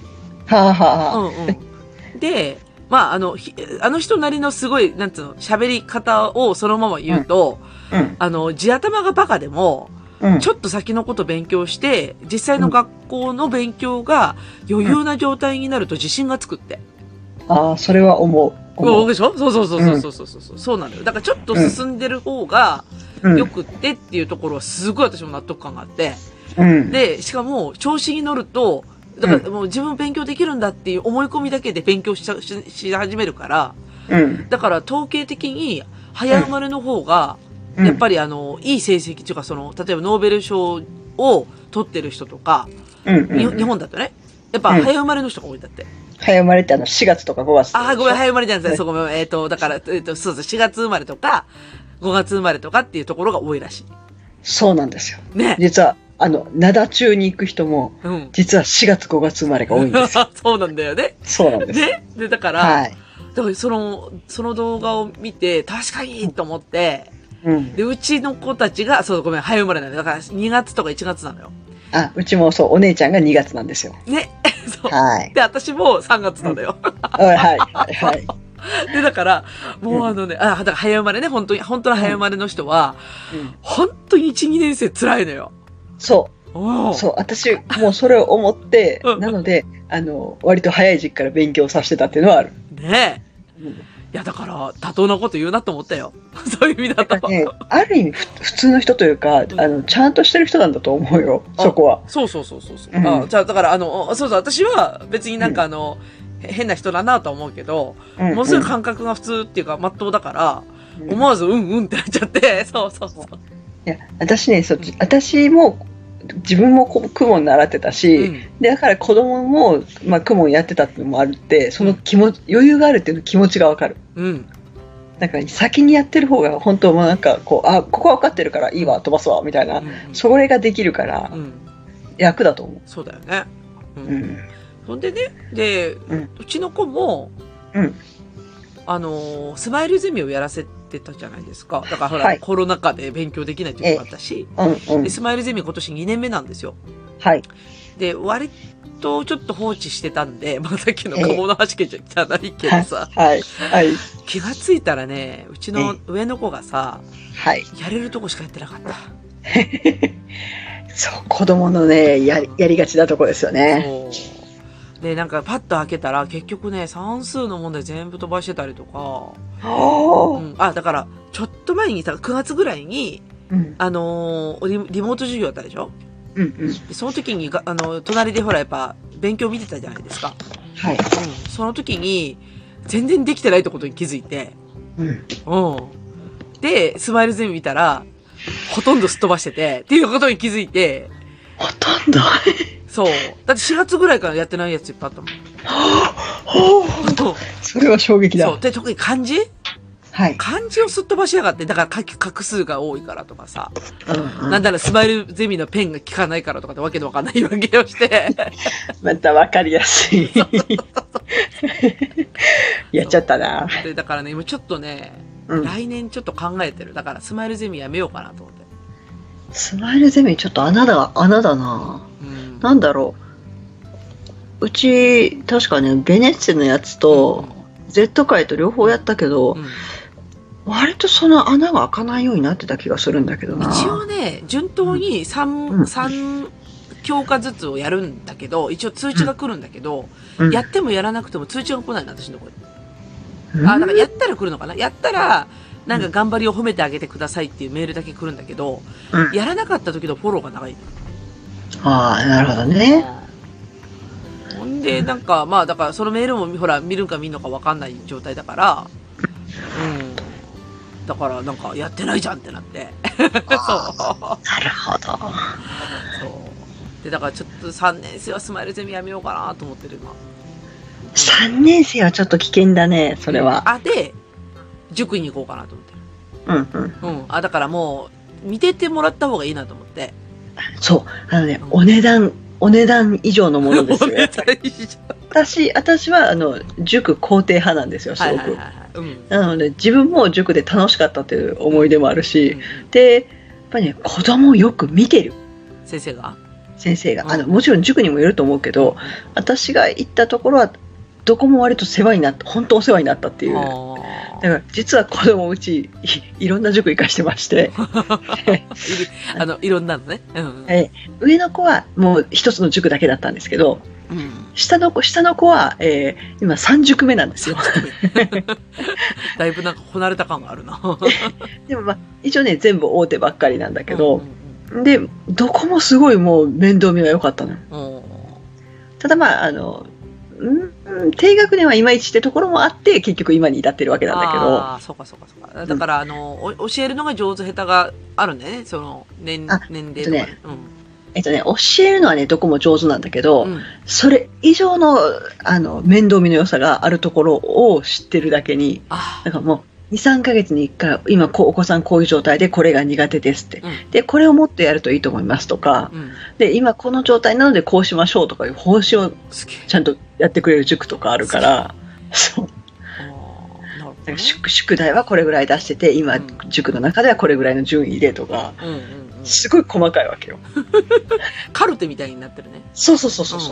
で、まあ、あの人なりのすごい、なんつうの、喋り方をそのまま言うと、地頭がバカでも、ちょっと先のこと勉強して、実際の学校の勉強が余裕な状態になると自信がつくって。 ああ、それは思う。 でしょ？そう。そうなんだよ。だからちょっと進んでる方がよくってっていうところはすごい私も納得感があって。で、しかも調子に乗ると、だからもう自分勉強できるんだっていう思い込みだけで勉強し始めるから、だから統計的に早生まれの方が、やっぱりいい成績というか例えばノーベル賞を取ってる人とか、日本だとね、やっぱ早生まれの人が多いんだって。 早生まれって4月とか5月とか。 あ、ごめん、早生まれじゃなくて、ごめん、だから、そう4月生まれとか、5月生まれとかっていうところが多いらしい。 そうなんですよ。 ね。 実は、灘中に行く人も、実は4月5月生まれが多いんですよ。 そうなんだよね。 そうなんです。 ね。で、だから、だからその動画を見て、確かにと思って、で、うちの子たちが、ごめん、早生まれなんだよ。だから2月とか1月なのよ。 あ、うちもそう、お姉ちゃんが2月なんですよ。 ね。そう。はい。で、私も3月なのよ。 はい。 で、だから、もうだから早生まれね、本当の早生まれの人は、本当に1、2年生辛いのよ。 そう、私、もうそれを思って、なので、割と早い時期から勉強させてたっていうのはある。 ねえ。いや、だから、妥当なこと言うなと思ったよ。そういう意味だと。 ね、ある意味、普通の人というか、ちゃんとしてる人なんだと思うよ、そこは。 そう。じゃあ、だから、私は別になんか変な人だなとは思うけど、ものすごい感覚が普通っていうか、まっとうだから、思わずってなっちゃって、そう。 いや、私ね、私も、自分もクモン習ってたし、だから子供も、クモンやってたっていうのもあるって、その余裕があるっていうの気持ちがわかる。だから先にやってる方が本当もなんかここは分かってるからいいわ、飛ばすわ、みたいな、それができるから、楽だと思う。 そうだよね。そんでね、で、うちの子も、スマイルゼミをやらせてたじゃないですか。だからほら、コロナ禍で勉強できないっていうのもあったし、で、スマイルゼミ今年2年目なんですよ。で、割とちょっと放置してたんで、さっきの鴨の橋家じゃないけどさ、気がついたらね、うちの上の子がさ、やれるとこしかやってなかった。 そう、子供のね、やりがちなとこですよね。 で、なんかパッと開けたら、結局ね、算数の問題全部飛ばしてたりとか、だから、ちょっと前にさ、9月ぐらいに、リモート授業だったでしょ？その時に隣でほら、やっぱ、勉強見てたじゃないですか。その時に、全然できてないってことに気づいて、で、スマイルゼミ見たら、ほとんどすっ飛ばしてて、っていうことに気づいて、 ほとんどそう。だって4月ぐらいからやってないやついっぱいあったもん。 それは衝撃だ。 そう。で、特に漢字漢字をすっ飛ばしやがって、だから画数が多いからとかさ。なんだらスマイルゼミのペンが効かないからとかってわけのわかんない言い訳をして。 またわかりやすい。やっちゃったな。 で、だからね、今ちょっとね、来年ちょっと考えてる。だからスマイルゼミやめようかなと思って。 スマイルゼミちょっと穴だな。なんだろう。うち、確かね、ベネッセのやつと、Z 界と両方やったけど、割とその穴が開かないようになってた気がするんだけどな。 一応ね、順当に3教科ずつをやるんだけど、一応通知が来るんだけど、やってもやらなくても通知が来ないの、私のところに。だからやったら来るのかな？やったら、なんか頑張りを褒めてあげてくださいっていうメールだけ来るんだけど、やらなかった時のフォローが長い。 ああ、なるほどね。 ほんで、なんか、だからそのメールもほら、見るか見んのか分かんない状態だから、だからなんか、やってないじゃんってなって。そう。なるほど。そう。 で、だからちょっと3年生はスマイルゼミやめようかなと思ってる今。 3年生はちょっと危険だね、それは。 で、塾に行こうかなと思ってる。だからもう、見ててもらった方がいいなと思って。 そう。お値段お値段以上のものですよ。私は、塾肯定派なんですよ、すごく。なので、自分も塾で楽しかったという思い出もあるし、で、やっぱりね、子供をよく見てる。 先生が。 もちろん塾にもよると思うけど、私が行ったところは、どこも割と本当お世話になったっていう。だから実は子供うちいろんな塾行かしてましていろんなのね、 上の子はもう一つの塾だけだったんですけど、下の子は、今3塾目なんですよ。 だいぶなんかこなれた感があるな。 でも一応ね全部大手ばっかりなんだけど、でどこもすごいもう面倒見が良かったのよ。ただ低学年はいまいちってところもあって結局今に至ってるわけなんだけど。 そうか。だから教えるのが上手下手があるね、その年齢とかね。 教えるのはねどこも上手なんだけど、それ以上の面倒見の良さがあるところを知ってるだけに、だからもう2、3ヶ月に1回、今お子さんこういう状態でこれが苦手ですって。で、これをもっとやるといいと思いますとか、で、今この状態なのでこうしましょうとかいう方針をちゃんとやってくれる塾とかあるから、そう。だから宿題はこれぐらい出してて、今塾の中ではこれぐらいの順位でとか、すごい細かいわけよ。 カルテみたいになってるね。 そう。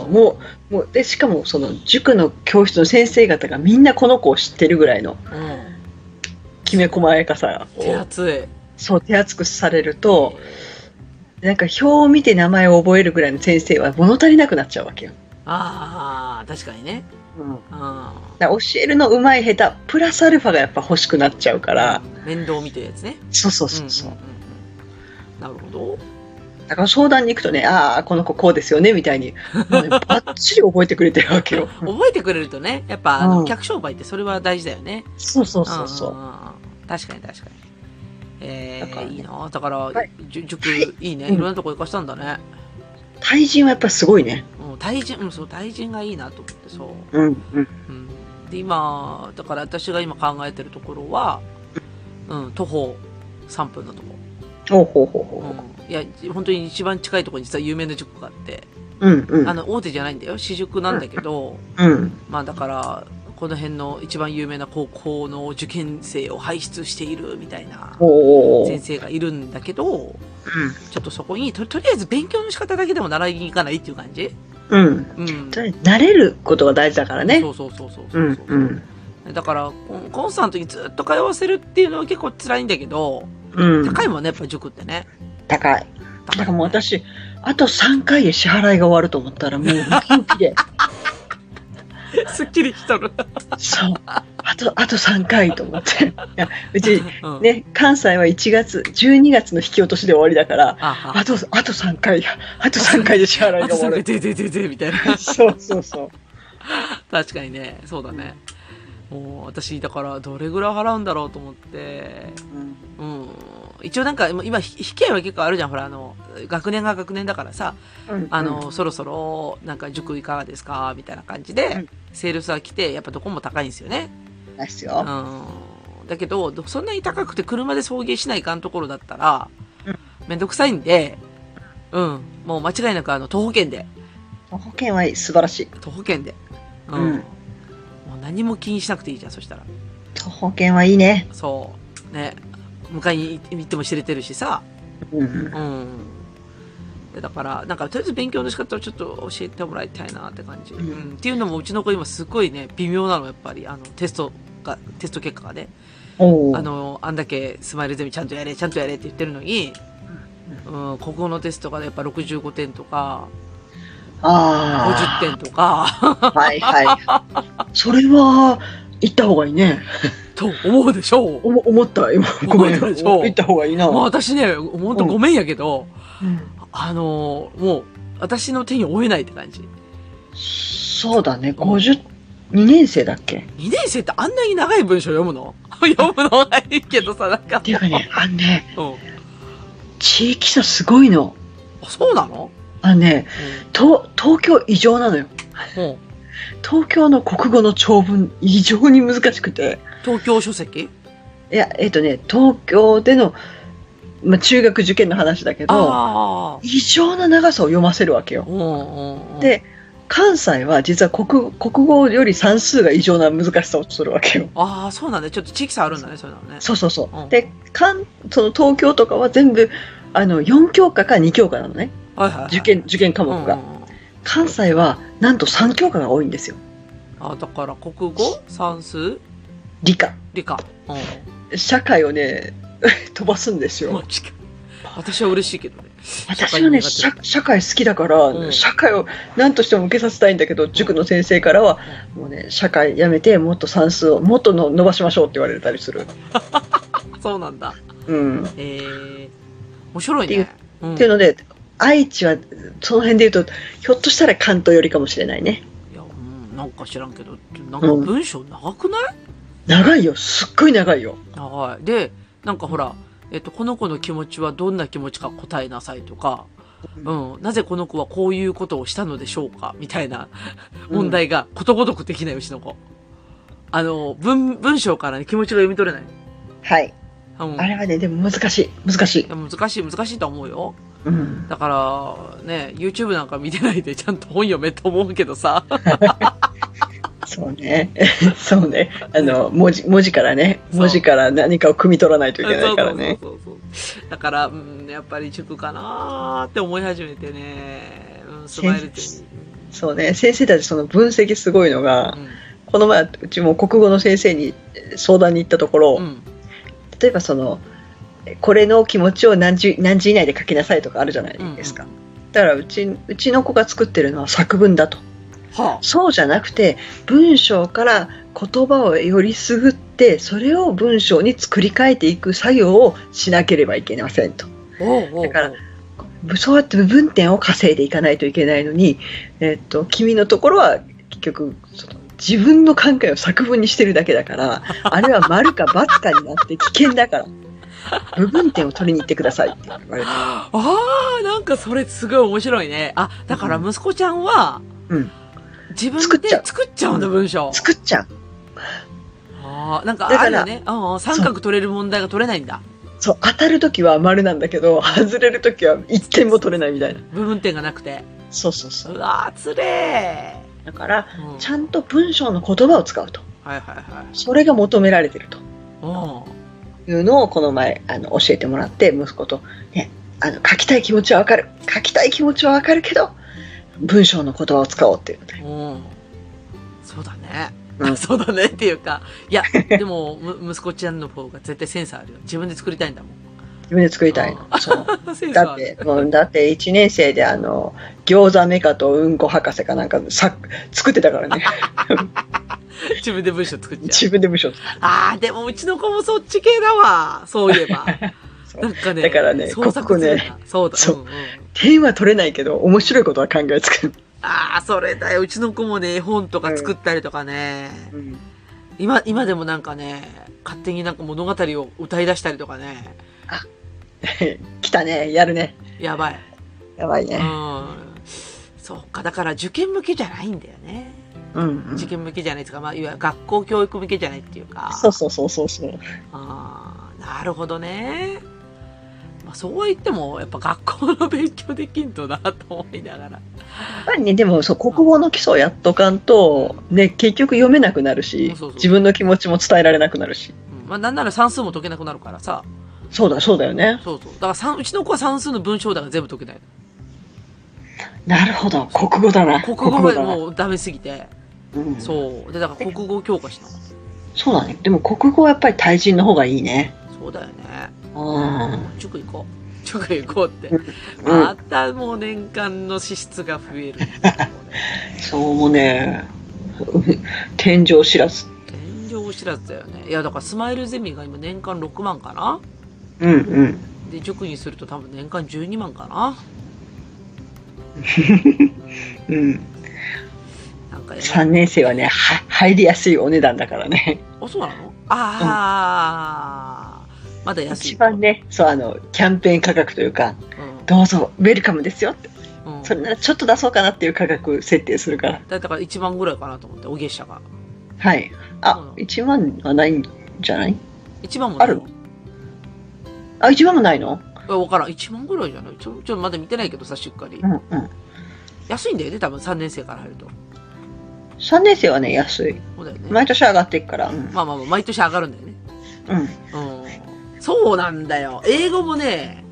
もうで、しかもその塾の教室の先生方がみんなこの子を知ってるぐらいの、きめ細やかさを手厚い。 そう、手厚くされると、なんか表を見て名前を覚えるぐらいの先生は物足りなくなっちゃうわけよ。 確かにね。 だ教えるのうまい下手、プラスアルファがやっぱ欲しくなっちゃうから。 面倒見てるやつね。 そう。 なるほど。 だから相談に行くとね、この子こうですよね、みたいに、バッチリ覚えてくれてるわけよ。 覚えてくれるとね、やっぱ、客商売ってそれは大事だよね。 そう。 確かに。いいな。だから、塾、いいね。いろんなとこ行かしたんだね。 対人はやっぱすごいね。 対人がいいなと思って、そう。で、今、だから私が今考えてるところは、徒歩3分のとこ。いや、本当に一番近いところに実は有名な塾があって、大手じゃないんだよ。私塾なんだけど、だから、この辺の一番有名な高校の受験生を輩出しているみたいな先生がいるんだけど、ちょっとそこにとりあえず勉強の仕方だけでも習いに行かないっていう感じ。 慣れることが大事だからね。 そう。だから、コンスタントにずっと通わせるっていうのは結構辛いんだけど、高いもんね、やっぱ塾ってね。 高い。だからもう私、あと3回で支払いが終わると思ったらもうウキウキで。 すっきりしとる。 そう。あと3回と思って。いや、別にね、関西は12月の引き落としで終わりだから、あと3回で支払いが終わる。 みたいな。 そう。 確かにね、そうだね。もう私だからどれぐらい払うんだろうと思って、一応なんか今引き合いは結構あるじゃん。ほら学年が学年だからさ、そろそろなんか塾いかがですかみたいな感じで、セールスが来てやっぱどこも高いんですよね。 ですよ。 だけどそんなに高くて車で送迎しないかんところだったら、めんどくさいんで、もう間違いなく徒歩圏で。 徒歩圏は素晴らしい。 徒歩圏で。もう何も気にしなくていいじゃん、そしたら。 徒歩圏はいいね。 そう。ね。迎えに行っても知れてるしさ。だから、なんか、とりあえず勉強の仕方をちょっと教えてもらいたいなって感じ。っていうのも、うちの子今すごいね、微妙なの、やっぱり。テスト結果がね。あんだけスマイルゼミちゃんとやれって言ってるのに、国語のテストがやっぱ65点とか、50点とか。それは、行った方がいいね。 と思うでしょう。 思った、今。ごめん。行った方がいいな。 私ね、ほんとごめんやけど、もう、私の手に負えないって感じ。 そうだね、2年生だっけ？ 2 年生ってあんなに長い文章読むの読むのはいいけどさ、なんか。 っていうかね、地域差すごいの。 そうなの？ 東京異常なのよ。東京の国語の長文異常に難しくて。 東京書籍？ いや、東京でのまあ、中学受験の話だけど、異常な長さを読ませるわけよ。で、関西は実は国語より算数が異常な難しさをするわけよ。 ああ、そうなんだ。ちょっと地域差あるんだね、そういうのね。 そうそうそう。で、その東京とかは全部、4教科か2教科なのね。受験科目が。関西は、なんと3教科が多いんですよ。 あ、だから、国語、算数、 理科。社会をね、飛ばすんですよ。 私は嬉しいけどね。 私はね、社会好きだから、社会を何としても受けさせたいんだけど、塾の先生からは、もうね、社会やめて、もっと算数を、もっと伸ばしましょうって言われたりする。 そうなんだ。 うん。 面白いね。 っていうので、愛知は、その辺で言うと、ひょっとしたら関東寄りかもしれないね。 いや、なんか知らんけど、なんか文章長くない？ 長いよ。すっごい長いよ。 長い。で、なんかほら、この子の気持ちはどんな気持ちか答えなさいとか、なぜこの子はこういうことをしたのでしょうかみたいな問題がことごとくできない、うちの子。文章からね、気持ちが読み取れない。 はい。あれはね、でも難しい。難しいと思うよ。だから、ね、YouTube なんか見てないでちゃんと本読めと思うけどさ。 そうね。そうね。文字からね、文字から何かを汲み取らないといけないからね。 だから、やっぱり塾かなーって思い始めてね、スマイルって。 そうね。先生たちその分析すごいのが、この前、うちも国語の先生に相談に行ったところ、例えばこれの気持ちを何時以内で書きなさいとかあるじゃないですか。だからうちの子が作ってるのは作文だと。そうじゃなくて文章から言葉をよりすぐってそれを文章に作り変えていく作業をしなければいけませんと。だからそうやって部分点を稼いでいかないといけないのに、君のところは結局自分の考えを作文にしてるだけだからあれは丸か×かになって危険だから部分点を取りに行ってくださいって言われた。 なんかそれすごい面白いね。だから息子ちゃんは、自分で作っちゃうんだ、文章。 作っちゃう。 なんかあるよね。三角取れる問題が取れないんだ。 そう、当たるときは丸なんだけど、外れるときは一点も取れないみたいな。 部分点がなくて。 そうそうそう。 うわー、つれー。だから、ちゃんと文章の言葉を使うと。それが求められてると。いうのをこの前、教えてもらって、息子と、ね、書きたい気持ちはわかる。書きたい気持ちはわかるけど、文章の言葉を使おうっていうので。 そうだね。そうだねっていうか、いや、でも、息子ちゃんの方が絶対センスあるよ。自分で作りたいんだもん。 自分で作りたいの。そう。だって1年生で餃子メカとうんこ博士かなんか作ってたからね。 自分で文章作っちゃう。 自分で文章作っちゃう。でもうちの子もそっち系だわ。そういえば。なんかね。 だからね、ここね。 そうだ。 点は取れないけど、面白いことは考えつく。 それだよ。うちの子もね、絵本とか作ったりとかね。今でもなんかね、勝手になんか物語を歌い出したりとかね。 来たね。やるね。 やばい。 やばいね。 そうか。だから受験向けじゃないんだよね。受験向けじゃないですか。いわゆる学校教育向けじゃないっていうか。 そう。 なるほどね。そう言っても、やっぱ学校の勉強できんとなと思いながら。やっぱりね、でも国語の基礎をやっとかんと、ね、結局読めなくなるし、自分の気持ちも伝えられなくなるし。 なんなら算数も解けなくなるからさ。 そうだよね。 だからうちの子は算数の文章だから全部解けない。 なるほど。国語だな。 国語はもうダメすぎて。そう。で、だから国語強化しな。 そうだね。でも国語はやっぱり対人の方がいいね。 そうだよね。塾行こうって。またもう年間の支出が増える。 そうもね、天井知らず。 天井知らずだよね。いや、だからスマイルゼミが今年間6万かな。で、塾にすると多分年間12万かな。 なんか3年生はね、入りやすいお値段だからね。 そうなの？まだ安い。 一番ね、キャンペーン価格というか、どうぞ、ウェルカムですよって。それならちょっと出そうかなっていう価格設定するから。 だから1万ぐらいかなと思って、お月謝が。 はい。1万はないんじゃない？ 1万もないの？ 1万もないの？ わからん。1万ぐらいじゃない？ちょっとまだ見てないけどさ、しっかり。 うんうん。 安いんだよね、多分3年生から入ると。 3年生はね、安い。 そうだよね。 毎年上がっていくから。うん、 まあまあまあ、毎年上がるんだよね。 うん。 うん。そうなんだよ。英語もね、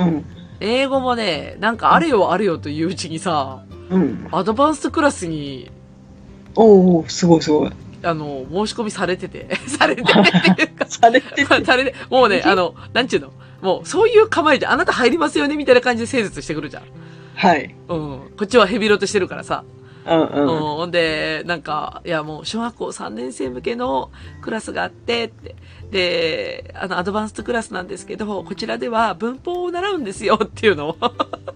なんかあれよあれよといううちにさ、アドバンストクラスに、 おー、すごいすごい。 申し込みされてて、されてっていうか、されて、もうね、なんちゅうの、もう、そういう構えじゃん。あなた入りますよねみたいな感じで整列してくるじゃん。 はい。 こっちはヘビロテしてるからさ。 ほんで、なんか、いやもう、小学校3年生向けのクラスがあって、って。で、アドバンストクラスなんですけど、こちらでは文法を習うんですよっていうのを。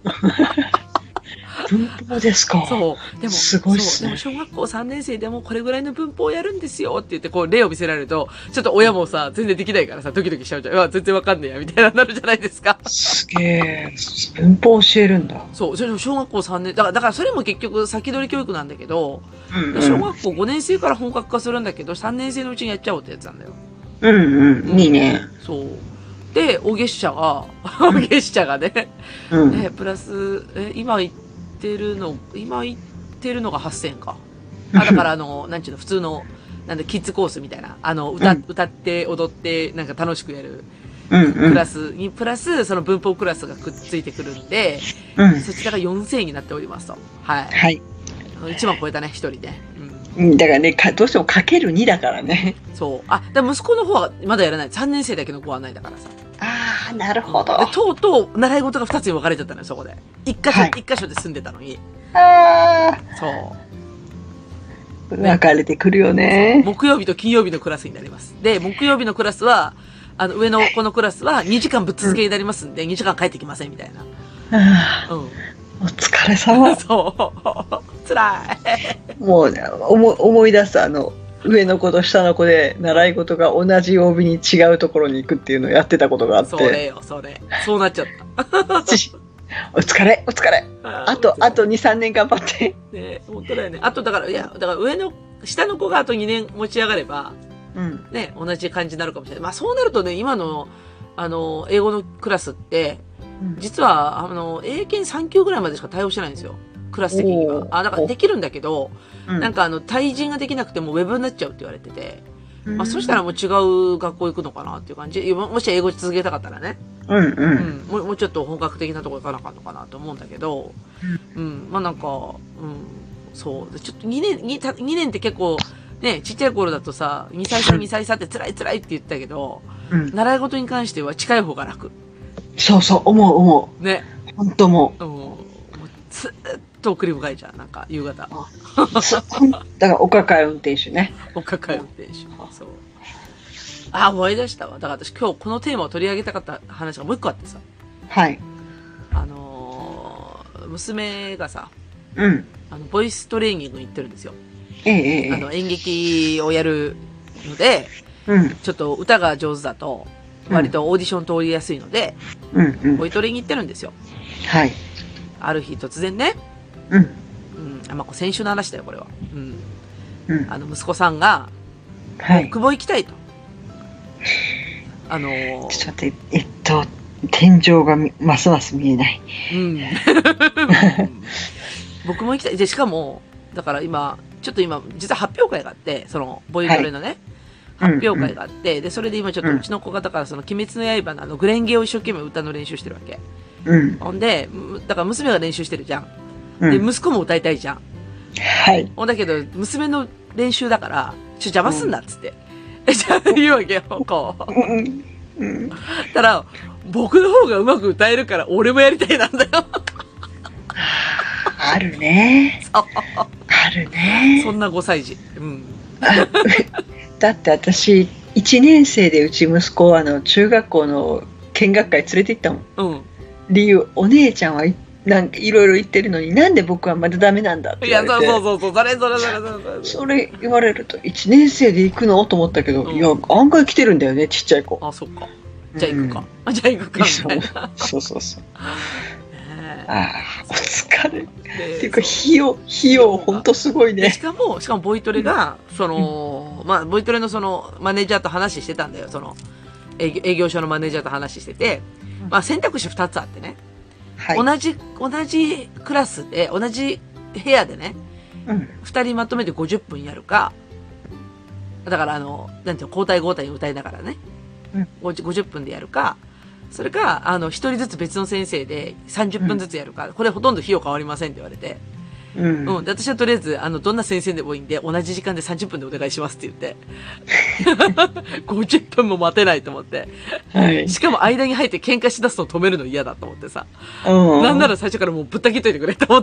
文法ですか。 そう。でも、 すごいっすね。 でも小学校3年生でもこれぐらいの文法をやるんですよって言って、こう、例を見せられると、ちょっと親もさ、全然できないからさ、ドキドキしちゃうじゃん。うわ、全然わかんねえや、みたいななるじゃないですか。 すげえ。文法教えるんだ。 そう。小学校3年、だからそれも結局先取り教育なんだけど、小学校5年生から本格化するんだけど、3年生のうちにやっちゃおうってやつなんだよ。 いいね。 そう。で、お月謝がね、プラス、今言ってるのが8000円か。だからなんちゅうの、普通の、なんだ、キッズコースみたいな。歌って踊って、なんか楽しくやる。クラスに、プラス、その文法クラスがくっついてくるんで、そちらが4000円になっておりますと。はい。はい。1万超えたね、一人ね。 だからね、どうしてもかける2だからね。 そう。息子の方はまだやらない。3年生だけの子はないだからさ。 ああ、なるほど。 で、とうとう、習い事が2つに分かれちゃったのよ、そこで。一箇所で住んでたのに。 ああ。 そう。 分かれてくるよね。 木曜日と金曜日のクラスになります。で、木曜日のクラスは、上の子のクラスは2時間ぶっ続けになりますんで、2時間帰ってきません、みたいな。 お疲れ様。 そう。辛い。 もうね、思い出す上の子と下の子で習い事が同じ曜日に違うところに行くっていうのをやってたことがあって。 それよ、それ。そうなっちゃった。 お疲れ。あと2、3年頑張って。 ね、本当だよね。あと、だから下の子があと2年持ち上がれば、ね、同じ感じになるかもしれない。まあそうなるとね、今の、英語のクラスって、実は、英検3級ぐらいまでしか対応してないんですよ。クラス的には。だからできるんだけど、なんか対人ができなくてもウェブになっちゃうって言われてて、まあそしたらもう違う学校行くのかなっていう感じ。もし英語続けたかったらね。もうちょっと本格的なところ行かなかったのかなと思うんだけど、まあなんか、そう。ちょっと2年って結構、ね、ちっちゃい頃だとさ、2歳差って辛いって言ったけど、習い事に関しては近い方が楽。 そう、思う。 ね。 本当もう。 ずっと送り迎えちゃう、なんか、夕方。 だから、お抱え運転手ね。 お抱え運転手。そう。思い出したわ。だから私今日このテーマを取り上げたかった話がもう一個あってさ。 はい。 娘がさ、ボイストレーニングに行ってるんですよ。演劇をやるので、ちょっと歌が上手だと、割とオーディション通りやすいので、ボイトレに行ってるんですよ。 はい。 ある日突然ね、まあ、先週の話だよ、これは。息子さんが、久保行きたいと。 ちょっと待って、天井がますます見えない。 僕も行きたい。で、しかも、だから今、実は発表会があって、その、ボイトレのね、発表会があって、で、それで今ちょっとうちの子が、だからその、鬼滅の刃のグレンゲを一生懸命歌の練習してるわけ。ほんで、だから娘が練習してるじゃん。で、息子も歌いたいじゃん。 はい。 だけど、娘の練習だから、邪魔すんなっつって。じゃあ言うわけよ、こう。たら、僕の方がうまく歌えるから、俺もやりたいなんだよ。 あるね。あるね。 そんな5歳児。 だって私、1年生でうち息子を中学校の見学会連れて行ったもん。理由、お姉ちゃんはなんかいろいろ言ってるのに、なんで僕はまだダメなんだって言われて。 いや、そう、 それ言われると、1年生で行くのと思ったけど、いや、案外来てるんだよね、ちっちゃい子。 あ、そっか。じゃあ行くか。みたいな。 そう。お疲れ。っていうか、費用、ほんとすごいね。 しかも、ボイトレが、まあ、ボイトレのマネージャーと話してたんだよ、営業所のマネージャーと話してて、 まあ選択肢2つあってね。 はい。 同じクラスで、同じ部屋でね、2人まとめて50分やるか、だからなんていうの、交代交代に歌いながらね、50分でやるか、それか、1人ずつ別の先生で30分ずつやるか、これほとんど費用変わりませんって言われて、で、私はとりあえず、どんな先生でもいいんで、同じ時間で30分でお願いしますって言って、50分も待てないと思って、はい、しかも間に入って喧嘩しだすの止めるの嫌だと思ってさ、なんなら最初からもうぶった切っといてくれと思って。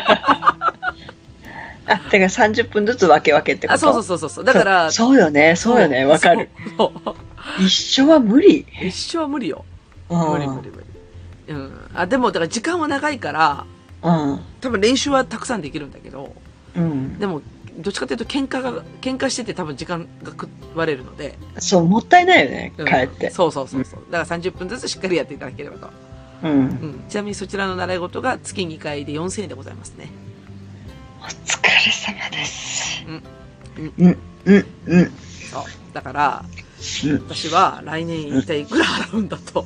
だから30分ずつ分けってこと？ そう。だから、 そうよね、わかる。一緒は無理。 一緒は無理よ。無理。でも、だから時間は長いから、多分練習はたくさんできるんだけど、でも、どっちかというと喧嘩してて多分時間が食われるので。 そう、もったいないよね、帰って。 そう。だから30分ずつしっかりやっていただければと。ちなみにそちらの習い事が月2回で4000円でございますね。 お疲れ様です。 そう。だから、私は来年一体いくら払うんだと。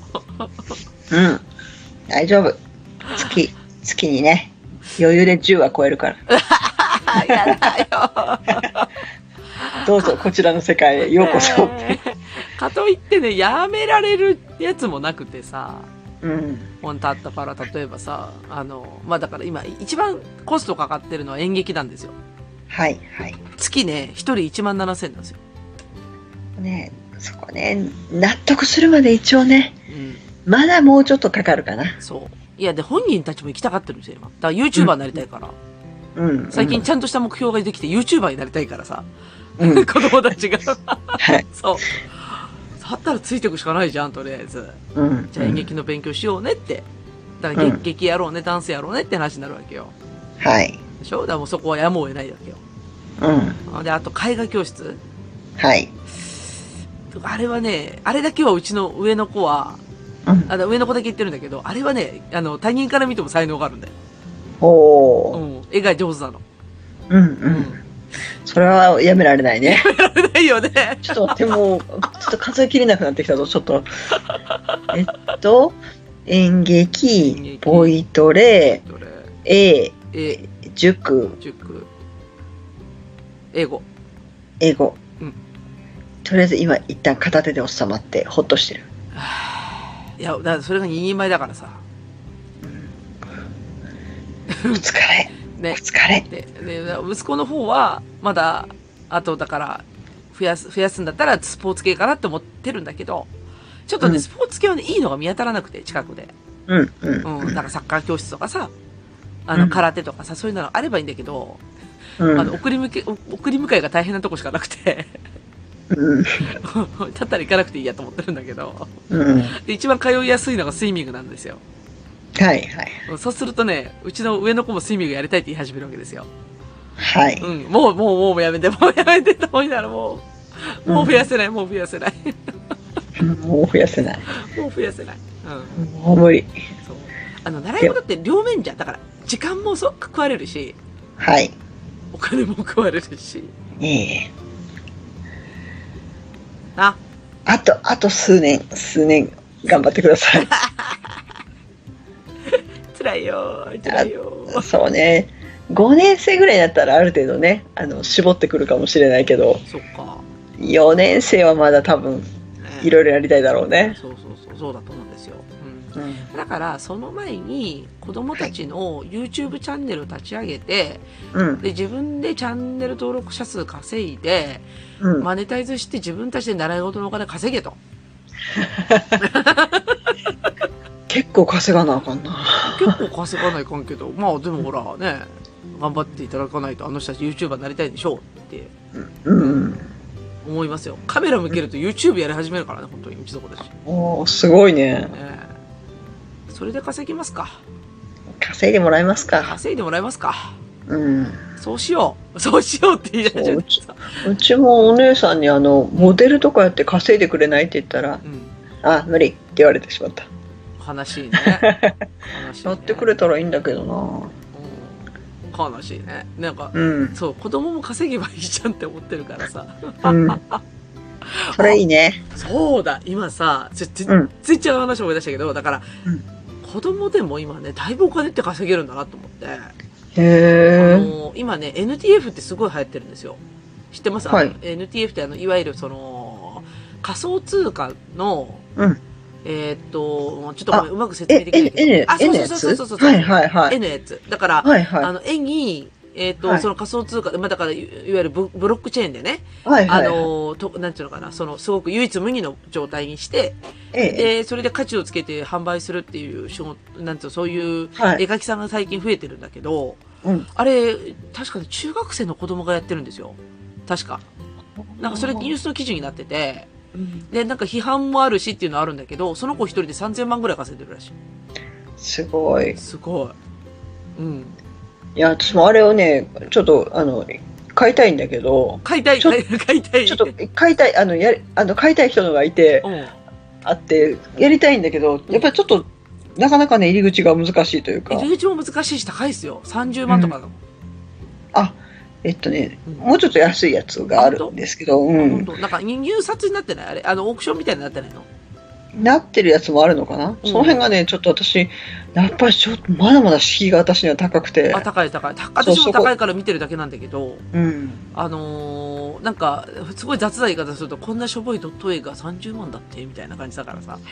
大丈夫。月にね、余裕で10は超えるから。 やだよ。 どうぞこちらの世界へようこそ。 かといってね、やめられるやつもなくてさ。本当あったから、例えばさ、まあ、だから今、一番コストかかってるのは演劇なんですよ。はい。月ね、一人17000なんですよ。 ね、そこね、納得するまで一応ね、まだもうちょっとかかるかな。 そう。いや、で、本人たちも行きたがってるんですよ、今。だから YouTuber になりたいから。最近ちゃんとした目標ができて YouTuber になりたいからさ。子供たちが。そう。だったらついていくしかないじゃん、とりあえず。じゃあ演劇の勉強しようねって。だから劇やろうね、ダンスやろうねって話になるわけよ。はい。でしょ？だからもうそこはやむを得ないわけよ。で、あと絵画教室。はい。あれはね、あれだけはうちの上の子は、上の子だけ言ってるんだけど、あれはね、他人から見ても才能があるんだよ。絵が上手なの。 それはやめられないね。 やめられないよね。 ちょっと待って、もう、ちょっと数えきれなくなってきたぞ、ちょっと。演劇、ボイトレ、塾、英語。とりあえず今一旦片手で収まってほっとしてる。 いや、だからそれが2人前だからさ。 お疲れ。ね、お疲れ。 で、息子の方は、まだ、あとだから、増やすんだったらスポーツ系かなって思ってるんだけど、ちょっとね、スポーツ系はね、いいのが見当たらなくて、近くで。なんかサッカー教室とかさ、空手とかさ、そういうのあればいいんだけど、送り迎えが大変なとこしかなくて、たったら行かなくていいやと思ってるんだけど、で一番通いやすいのがスイミングなんですよ。そうするとね、うちの上の子もスイミングやりたいって言い始めるわけですよ。もうやめてと思いながらもう増やせない。もう増やせない。 もう無理。 そう。習い事って両面じゃん。だから、時間も食われるし、お金も食われるし。あと数年頑張ってください。 辛いよ。 そうね。5年生ぐらいになったらある程度ね、絞ってくるかもしれないけど、 そっか。 4年生はまだ多分、いろいろやりたいだろうね。 そうだと思うんですよ。だから、その前に、子供たちの YouTube チャンネルを立ち上げて、で、自分でチャンネル登録者数稼いで、マネタイズして自分たちで習い事のお金稼げと。 結構稼がなあかんな。 結構稼がないかんけど、まあでもほらね、頑張っていただかないとあの人たち YouTuber になりたいんでしょうって思いますよ。カメラ向けると YouTube やり始めるからね、本当にうちの子たち。 すごいね。 それで稼ぎますか。 稼いでもらえますか。 そうしようって言い出しちゃう。 うちもお姉さんにモデルとかやって稼いでくれないって言ったら、無理って言われてしまった。 悲しいね。 やってくれたらいいんだけどな。 悲しいね。なんか、そう、子供も稼げばいいじゃんって思ってるからさ。 それいいね。 そうだ、今さ、全然違う話を思い出したけど、だから、子供でも今ね、だいぶお金って稼げるんだなと思って。 へー。 今ね、NTF ってすごい流行ってるんですよ。知ってます？はい、NTF っていわゆる仮想通貨の、ちょっとうまく説明できないけど。そう。 はいはいはい。 N のやつ。だから、絵に、その仮想通貨、だから、いわゆるブロックチェーンでね、なんていうのかな、すごく唯一無二の状態にして、で、それで価値をつけて販売するっていう仕事、なんていうそういう絵描きさんが最近増えてるんだけど、あれ、確かに中学生の子供がやってるんですよ。確か。なんかそれニュースの記事になってて、で、なんか批判もあるしっていうのはあるんだけど、その子一人で3000万ぐらい稼いでるらしい。 すごい。 すごい。 いや、私もあれをね、ちょっと、買いたいんだけど。 買いたい。ちょっと、買いたい。 買いたい人のがいて、あって、やりたいんだけど、やっぱりちょっと、なかなかね、入り口が難しいというか。 入り口も難しいし、高いですよ。30万とかだもん。 もうちょっと安いやつがあるんですけど、 なんか入札になってないあれオークションみたいになってないの？ なってるやつもあるのかな、その辺がね、ちょっと私、やっぱりちょっとまだまだ敷居が私には高くて。 高い。私も高いから見てるだけなんだけど、なんか、すごい雑な言い方すると、こんなしょぼいドット絵が30万だって、みたいな感じだからさ。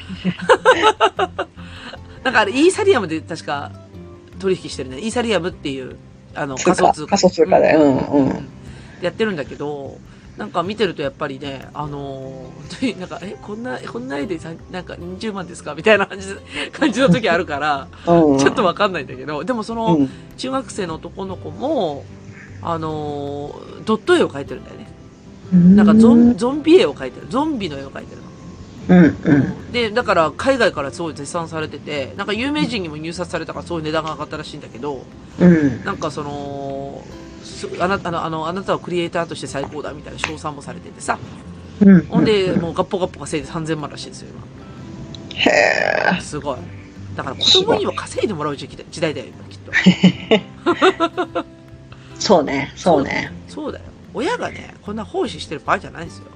なんかあれ、イーサリアムで確か取引してるね。イーサリアムっていう、仮想通貨。 仮想通貨で、 やってるんだけど、なんか見てるとやっぱりね、なんか、こんな絵でなんか20万ですかみたいな感じの時あるから、ちょっとわかんないんだけど、でも中学生の男の子も、ドット絵を描いてるんだよね。なんかゾンビ絵を描いてる。ゾンビの絵を描いてるの。で、だから海外からすごい絶賛されてて、なんか有名人にも入札されたからそういう値段が上がったらしいんだけど、なんかあなたはクリエイターとして最高だみたいな称賛もされててさ。ほんで、もうガッポガッポ稼いで3000万らしいんですよ、今。 へー。 すごい。だから子供には稼いでもらう時代だよ、今、きっと。 そうね。 そうだよ。親がね、こんな奉仕してる場合じゃないんですよ。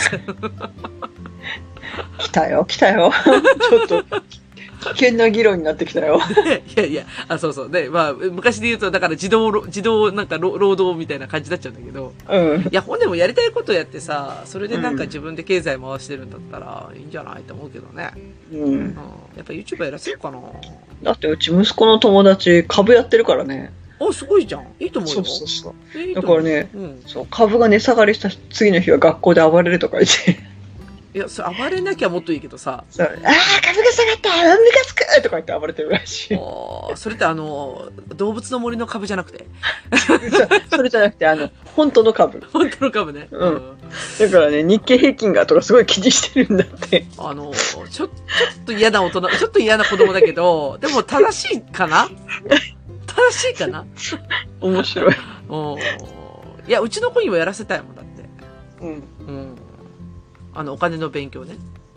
来たよ。ちょっと、危険な議論になってきたよ。 いや、そう。で、まあ、昔で言うと、だから自動なんか労働みたいな感じになっちゃうんだけど。いや、ほんでもやりたいことやってさ、それでなんか自分で経済回してるんだったらいいんじゃないと思うけどね。やっぱ YouTuber やらせるかな。 だってうち息子の友達株やってるからね。 すごいじゃん。いいと思うよ。 そう。だからね、株が値下がりした次の日は学校で暴れるとか言って。 いや、暴れなきゃもっといいけどさ。 株が下がったムカつくとか言って暴れてるらしい。 それって動物の森の株じゃなくてそれじゃなくて、本当の株。 本当の株ね。 だからね、日経平均がとかすごい気にしてるんだって。 ちょっと嫌な大人、ちょっと嫌な子供だけど、でも正しいかな面白い。 いや、うちの子にもやらせたいもんだって。お金の勉強ね。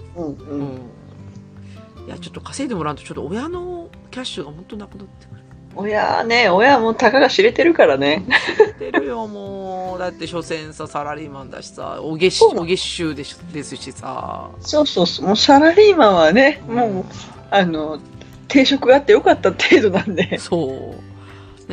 いや、ちょっと稼いでもらうと、ちょっと親のキャッシュが本当なくなってくる。 親もたかが知れてるからね。 知れてるよ、もう。だって、所詮さ、サラリーマンだしさ、お月収ですしさ。 そう。もうサラリーマンはね、もう、定職があってよかった程度なんで。 そう。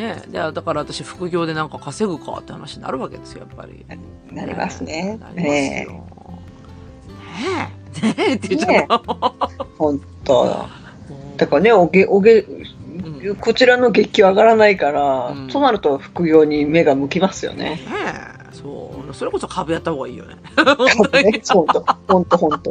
ねだから私、副業でなんか稼ぐかって話になるわけですよ、やっぱり。 なりますね。 なりますよ。ねえって言っちゃった。 本当だからね、こちらの月給上がらないから、そうなると副業に目が向きますよね。 そう。それこそ株やった方がいいよね。 本当。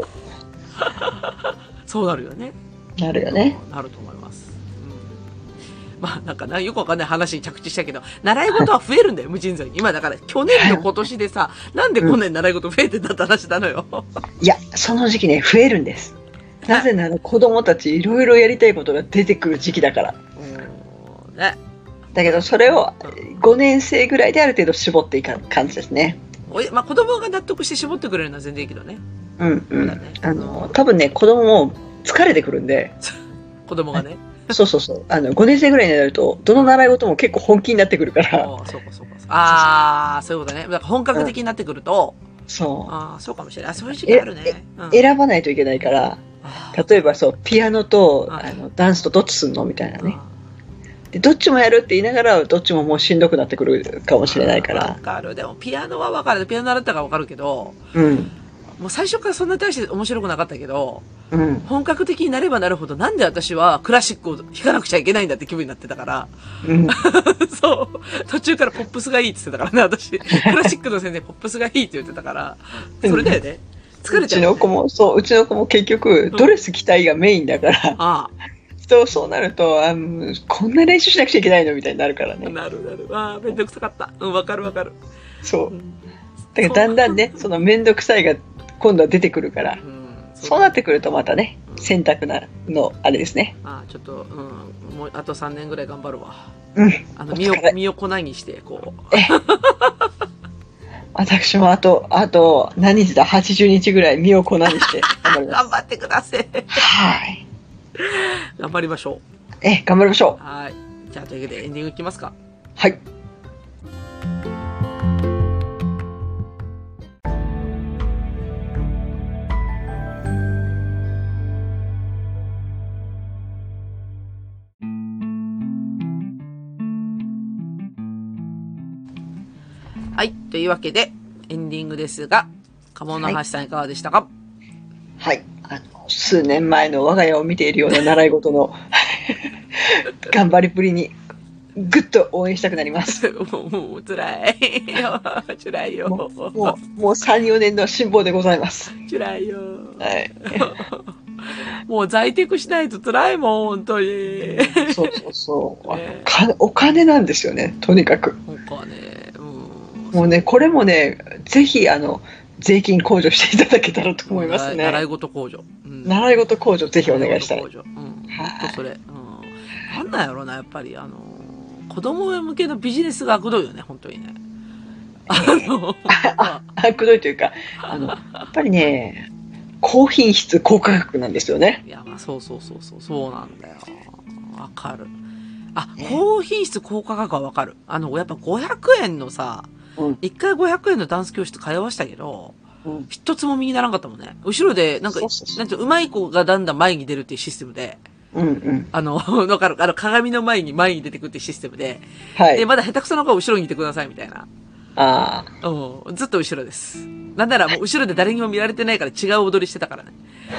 そうなるよね。 なるよね。 なると思います。まあなんかよくわかんない話に着地したけど、習い事は増えるんだよ、無尽蔵に。今だから、去年の今年でさ、なんでこんなに習い事増えてんだって話なのよ。 いや、その時期ね、増えるんです。なぜなら子供たちいろいろやりたいことが出てくる時期だから。ね。だけどそれを5年生ぐらいである程度絞っていく感じですね。 まあ子供が納得して絞ってくれるのは全然いいけどね。 多分ね、子供も疲れてくるんで。 子供がね。 そう。5年生ぐらいになると、どの習い事も結構本気になってくるから。 そうか。そういうことね。だから本格的になってくると、 そう。 ああ、そうかもしれない。そういう時期あるね。 選ばないといけないから、例えばそう、ピアノと、ダンスとどっちすんのみたいなね。で、どっちもやるって言いながら、どっちももうしんどくなってくるかもしれないから。 わかる。でも、ピアノはわかる。ピアノ習ったからわかるけど、もう最初からそんな大して面白くなかったけど、本格的になればなるほど、なんで私はクラシックを弾かなくちゃいけないんだって気分になってたから、そう、途中からポップスがいいって言ってたからね、私。クラシックの先生ポップスがいいって言ってたから、それだよね。疲れちゃう、ね。うちの子も結局、ドレス着たいがメインだから、そうなると、こんな練習しなくちゃいけないのみたいになるからね。 なる。めんどくさかった。わかる。 そう。だからだんだんね、そのめんどくさいが今度は出てくるから、そうなってくるとまたね、選択のあれですね。 ちょっと、もうあと3年ぐらい頑張るわ。身を粉にして、こう。 私もあと何日だ、80日ぐらい身を粉にして頑張ります。 頑張ってください。 はい。 頑張りましょう。頑張りましょう。はい。じゃあ、というわけでエンディングいきますか。 はい。 はい。というわけで、エンディングですが、鴨の橋さんいかがでしたか？ はい。数年前の我が家を見ているような習い事の頑張りぶりにぐっと応援したくなります。 もう辛いよ。辛いよ。 もう3、4年の辛抱でございます。 辛いよ。 はい。 もう在宅しないと辛いもん、本当に。 そう。お金なんですよね、とにかく。 お金。 もうね、これもね、ぜひ、税金控除していただけたらと思いますね。 習い事控除。 習い事控除、ぜひお願いしたい。 ほんとそれ。なんなんやろな、やっぱり、子供向けのビジネスが悪どいよね、本当にね。 悪どいというか、やっぱりね、高品質、高価格なんですよね。 いや、まあ、そうなんだよ。わかる。高品質、高価格はわかる。やっぱ500円のさ、一回500円のダンス教室通わしたけど、一つも右にならんかったもんね。後ろで、なんか、なんてうまい子がだんだん前に出るっていうシステムで、わかる。鏡の前に出てくるっていうシステムで、で、まだ下手くそな子は後ろにいてくださいみたいな。ずっと後ろです。なんならもう後ろで誰にも見られてないから違う踊りしてたからね。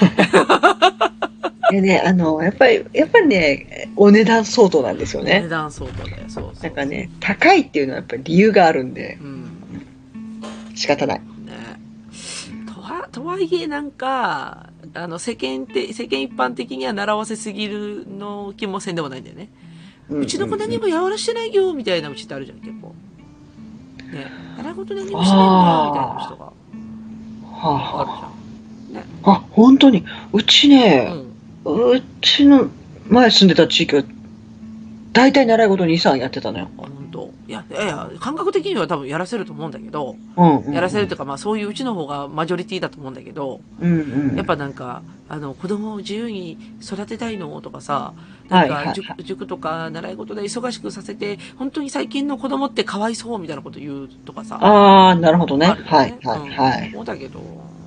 でね、やっぱりね、お値段相当なんですよね。 お値段相当だよ、そう。 なんかね、高いっていうのはやっぱり理由があるんで、仕方ない。 ね。とはいえなんか、世間一般的には習わせすぎるの気もせんでもないんだよね。うちの子何もやらしてないよ、みたいなうちってあるじゃん、結構。ね。習い事何もしてないんだ、みたいな人が。あるじゃん。ね。 本当に。うちね、うちの前住んでた地域は、大体習い事2、3やってたのよ。 本当。いや、感覚的には多分やらせると思うんだけど、やらせるというか、まあそういううちの方がマジョリティだと思うんだけど、やっぱなんか、子供を自由に育てたいのとかさ、なんか塾とか習い事で忙しくさせて、本当に最近の子供ってかわいそうみたいなこと言うとかさ。 なるほどね。はい。 そうだけど、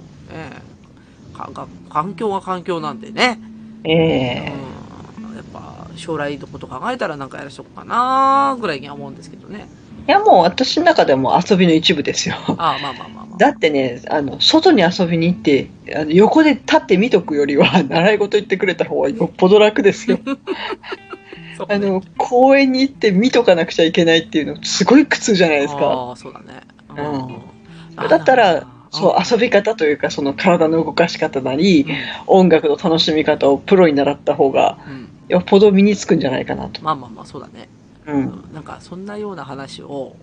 環境が環境なんでね。やっぱ将来のこと考えたらなんかやらしとこうかなぐらいには思うんですけどね。 いやもう私の中でも遊びの一部ですよ。 まあ。 だってね、外に遊びに行って、横で立って見とくよりは、習い事行ってくれた方がよっぽど楽ですよ。公園に行って見とかなくちゃいけないっていうの、すごい苦痛じゃないですか。 そうだね。 だったら、遊び方というか、その体の動かし方なり、音楽の楽しみ方をプロに習った方が、よっぽど身につくんじゃないかなと。 まあ、そうだね。なんか、そんなような話を、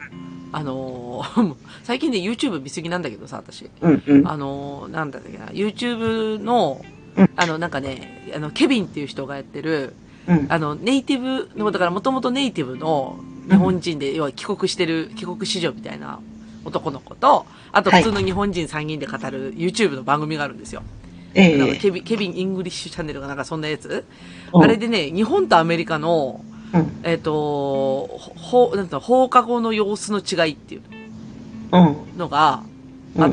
最近ね、YouTube 見すぎなんだけどさ、私。なんだっけな、YouTube の、なんかね、ケビンっていう人がやってる、ネイティブの、だからもともとネイティブの日本人で、要は帰国子女みたいな男の子と、あと普通の日本人3人で語る YouTube の番組があるんですよ。なんかケビンイングリッシュチャンネルがなんかそんなやつ、あれでね、日本とアメリカの、放課後の様子の違いっていうのが、 あって、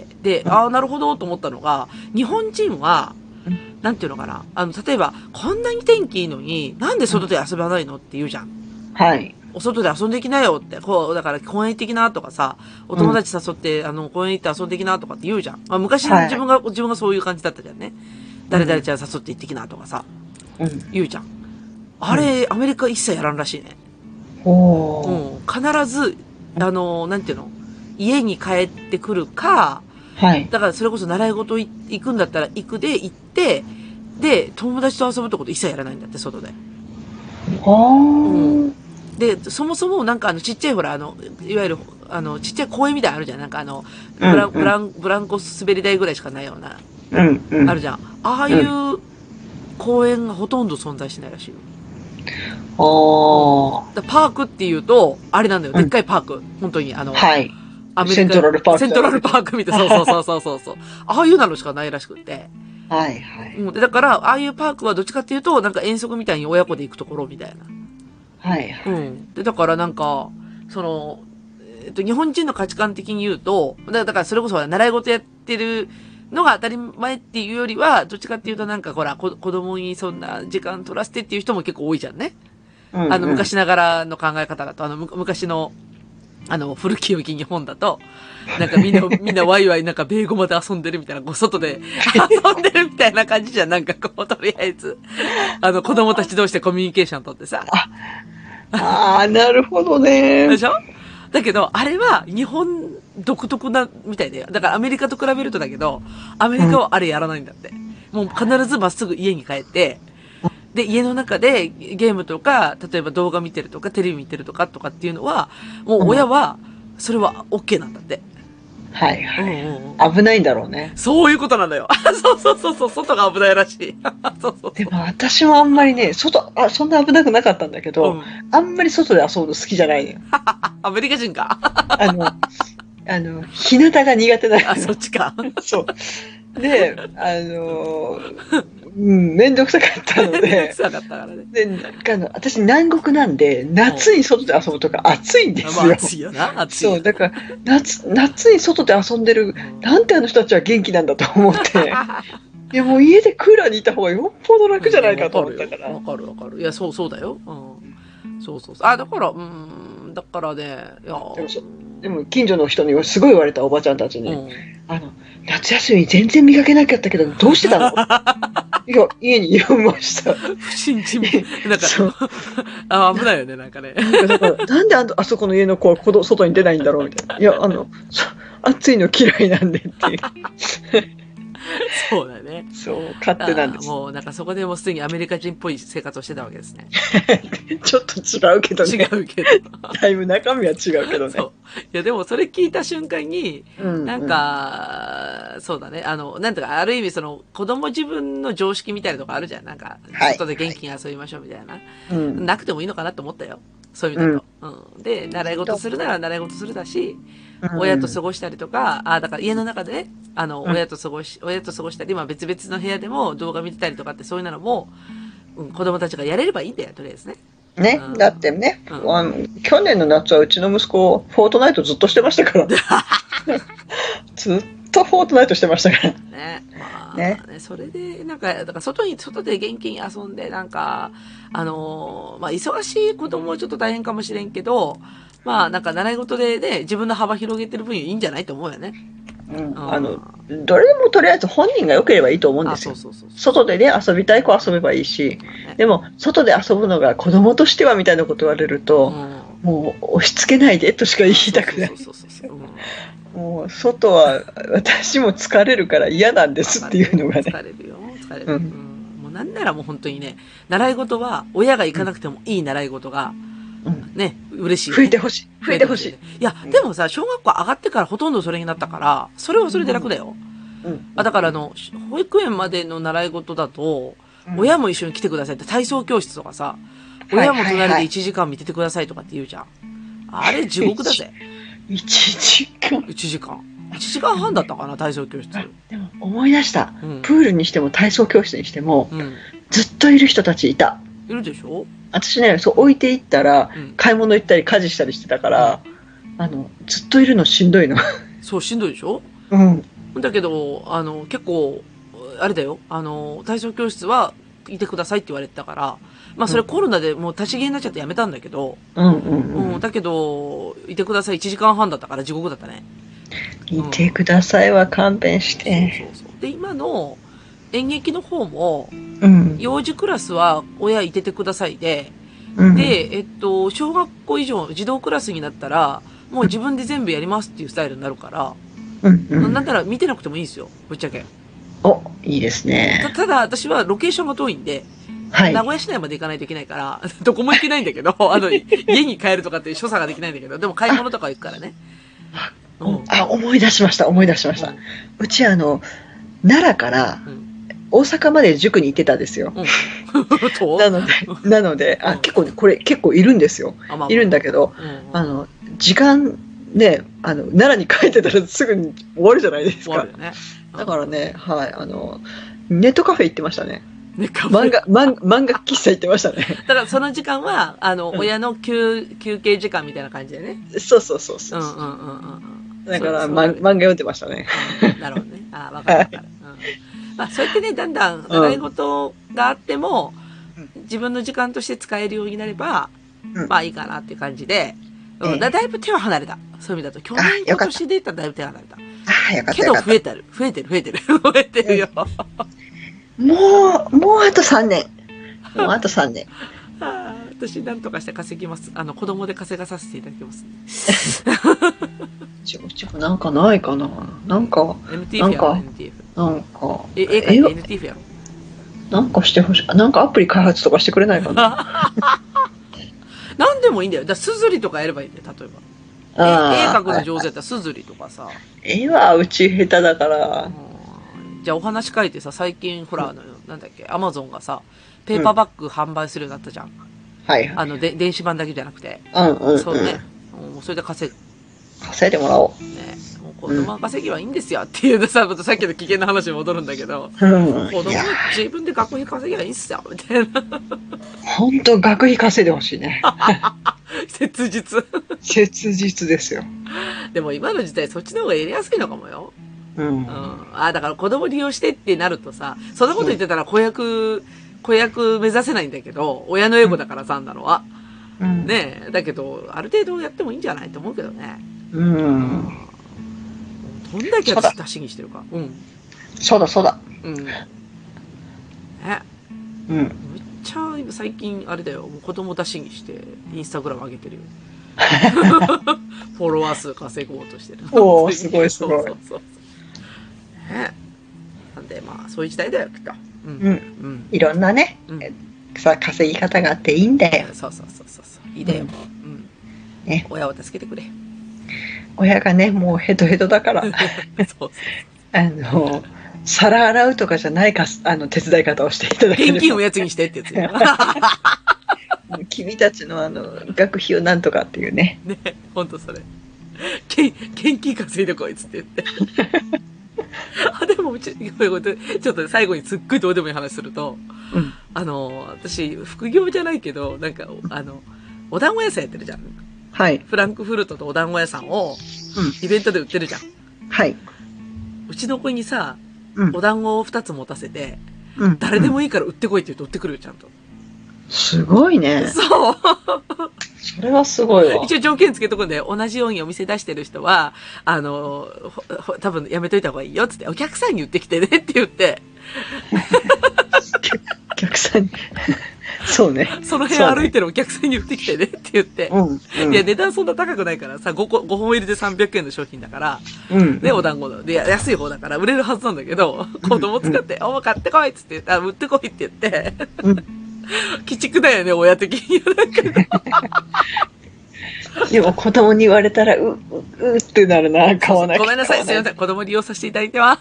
で、ああ、なるほどと思ったのが、日本人は、なんていうのかな。例えば、こんなに天気いいのに、なんで外で遊ばないのって言うじゃん。 はい。 お外で遊んできなよって、だから公園行ってきなとかさ、お友達誘って、公園行って遊んできなとかって言うじゃん。まあ、昔の自分がそういう感じだったじゃんね。誰々ちゃん誘って行ってきなとかさ、言うじゃん。あれ、アメリカ一切やらんらしいね。必ず、なんていうの、家に帰ってくるか、はい。だからそれこそ習い事行くんだったら行って、で、友達と遊ぶってこと一切やらないんだって、外で。で、そもそもなんかちっちゃいほら、いわゆる、ちっちゃい公園みたいなのあるじゃん。なんかブランコ滑り台ぐらいしかないような。あるじゃん。ああいう公園がほとんど存在しないらしいよ。パークっていうと、あれなんだよ。でっかいパーク。本当に、はい。アメリカセントラルパークみたいな。そう。ああいうのしかないらしくて。はいはい。だから、ああいうパークはどっちかっていうと、なんか遠足みたいに親子で行くところみたいな。はいはい。で、だからなんか、日本人の価値観的に言うと、だからそれこそ習い事やってるのが当たり前っていうよりは、どっちかっていうとなんかほら、子供にそんな時間取らせてっていう人も結構多いじゃんね。昔ながらの考え方だと、昔の、古き良き日本だと、なんかみんなワイワイなんかベーゴマで遊んでるみたいな、外で遊んでるみたいな感じじゃん。なんかこう、とりあえず、子供たち同士でコミュニケーション取ってさ。 なるほどね。 でしょ？だけど、あれは日本独特なみたいで、だからアメリカと比べるとだけど、アメリカはあれやらないんだって。もう必ずまっすぐ家に帰って、で、家の中でゲームとか、例えば動画見てるとか、テレビ見てるとかっていうのは、もう親は、それは OK なんだって。 はいはい。危ないんだろうね。 そういうことなんだよ。そう、外が危ないらしい。 でも私はあんまりね、そんな危なくなかったんだけど、あんまり外で遊ぶの好きじゃないのよ。 アメリカ人か。 日向が苦手だ。 そっちか。 そう。で、めんどくさかったので。 めんどくさかったからね。 で、私南国なんで、夏に外で遊ぶとか暑いんですよ。 暑いよな、暑い。 そう、だから、夏に外で遊んでる、なんてあの人たちは元気なんだと思って。いや、もう家でクーラーにいた方がよっぽど楽じゃないかと思ったから。 わかる。いや、そうだよ。そう。だからね、いや。 でも近所の人にすごい言われた、おばちゃんたちに。夏休み全然見かけなかったけど、どうしてたのいや、家にいました。 不審地味。なんか、危ないよね、なんかね。 なんであそこの家の子は外に出ないんだろうみたいな。いや、暑いの嫌いなんでっていう。 そうだね。 そう、勝手なんです。 もうなんかそこでもうすでにアメリカ人っぽい生活をしてたわけですね。 ちょっと違うけどね。 違うけど。 だいぶ中身は違うけどね。そう。 いやでもそれ聞いた瞬間に、なんか、そうだね。なんとか、ある意味子供自分の常識みたいなとこあるじゃん。なんか、外で元気に遊びましょうみたいな。なくてもいいのかなと思ったよ。そういうのと。で、習い事するなら習い事するだし、親と過ごしたりとか、だから家の中でね、親と過ごしたり、別々の部屋でも動画見てたりとかってそういうのも、子供たちがやれればいいんだよ、とりあえずね。 ね、だってね、去年の夏はうちの息子、フォートナイトずっとしてましたから。ずっとフォートナイトしてましたから。 ね。ね。それで、なんか、だから外で元気に遊んで、なんか、忙しい子供はちょっと大変かもしれんけど、なんか習い事でね、自分の幅広げてる分いいんじゃないと思うよね。 どれでもとりあえず本人が良ければいいと思うんですよ。外でね、遊びたい子は遊べばいいし、でも、外で遊ぶのが子供としてはみたいなこと言われると、もう押し付けないでとしか言いたくない。もう、外は私も疲れるから嫌なんですっていうのがね。 疲れるよ、疲れる。もうなんならもう本当にね、習い事は親が行かなくてもいい習い事が、ね、嬉しい、ね。 増えてほしい。 いや、でもさ、小学校上がってからほとんどそれになったから、それはそれで楽だよ。だから保育園までの習い事だと、親も一緒に来てくださいって、体操教室とかさ、親も隣で1時間見ててくださいとかって言うじゃん。あれ地獄だぜ。 1時間 ?1 時間。1時間半だったかな、体操教室。 でも思い出した。プールにしても体操教室にしても、ずっといる人たちいた。 いるでしょ？ 私ね、そう置いていったら、買い物行ったり家事したりしてたから、ずっといるのしんどいの。 そう、しんどいでしょ？ うん。 だけど、結構、あれだよ。体操教室はいてくださいって言われてたから、まあそれコロナでもう立ち消えになっちゃってやめたんだけど、だけど、いてください1時間半だったから地獄だったね。 いてくださいは勘弁して。 で、今の演劇の方も、 うん、 幼児クラスは親いててくださいで、で、小学校以上、児童クラスになったら、もう自分で全部やりますっていうスタイルになるから、なんなら見てなくてもいいんですよ、ぶっちゃけ。 お、いいですね。 ただ、私はロケーションが遠いんで、はい、名古屋市内まで行かないといけないから、どこも行けないんだけど、家に帰るとかっていう所作ができないんだけど、でも買い物とか行くからね。 思い出しました、思い出しました。うち奈良から、大阪まで塾に行ってたんですよ。なので、結構ね、これ結構いるんですよ。いるんだけど、時間ね、奈良に帰ってたらすぐに終わるじゃないですか。だからね、はい、ネットカフェ行ってましたね。漫画喫茶行ってましたね。 だからその時間は、親の休憩時間みたいな感じでね。 そう。だから漫画読んでましたね。 なるほどね。わかる。まあ、そうやってね、だんだん習い事があっても、自分の時間として使えるようになれば、まあいいかなっていう感じで、だいぶ手は離れた。そういう意味だと、去年今年で言ったらだいぶ手は離れた。 よかった。 けど増えてるよ。 もうあと3年。もうあと3年。 私なんとかして稼ぎます。子供で稼がさせていただきます。 うちもなんかないかな。なんか。 NTF やろ、NTF。 なんか。 絵描いて NTF やろ。 なんかしてほしい。なんかアプリ開発とかしてくれないかな。 なんでもいいんだよ。だすずりとかやればいいんだよ、例えば。絵描くの上手やったらすずりとかさ。 絵はうち下手だから。 じゃあお話書いてさ、最近ほら、なんだっけ、アマゾンがさ、ペーパーバッグ販売するようになったじゃん。 はい。 電子版だけじゃなくて。そうね。それで稼いでもらおう。 ね。子供は稼ぎはいいんですよっていうさ、さっきの危険な話に戻るんだけど、子供は自分で学費稼ぎはいいんすよ、みたいな。 本当学費稼いでほしいね。 切実。 切実ですよ。 でも今の時代そっちの方がやりやすいのかもよ。だから子供利用してってなるとさ、そんなこと言ってたら子役目指せないんだけど、親のエゴだからさ、んだのは。ねえ、だけど、ある程度やってもいいんじゃないと思うけどね。どんだけ私出しにしてるか。 そうだ。 めっちゃ最近あれだよ、もう子供出しにしてインスタグラム上げてるよ。フォロワー数稼ごうとしてる。 おー、すごい。 そうなんでまあそういう時代だよきっと。 いろんなね、稼ぎ方があっていいんだよ。 そういいだよ。ね、親を助けてくれ。 親がね、もうヘトヘトだから。皿洗うとかじゃないか、手伝い方をしていただける。 現金おやつにしてってやつよ。 君たちの学費をなんとかっていうね。 ね、ほんとそれ。現金稼いでこいつって言って。でもちょっと最後にすっごいどうでもいい話すると、私、副業じゃないけど、なんか、お団子屋さんやってるじゃん。 はい。 フランクフルトとお団子屋さんを、イベントで売ってるじゃん。 はい。 うちの子にさ、お団子を2つ持たせて、誰でもいいから売ってこいって言うと売ってくるよ、ちゃんと。 すごいね。 そう。 それはすごいわ。 一応条件つけとくんで、同じようにお店出してる人は、多分やめといた方がいいよ、つって、お客さんに売ってきてねって言って。 お客さんに。そうね。 その辺歩いてるお客さんに売ってきてねって言って。いや、値段そんな高くないからさ、5本入りで300円の商品だから、で、お団子で、安い方だから売れるはずなんだけど、子供使って、買ってこいっつって、売ってこいって言って、鬼畜だよね、親的に。 でも子供に言われたら、ってなるな、買わなきゃ。 ごめんなさい、すいません。子供利用させていただいてます。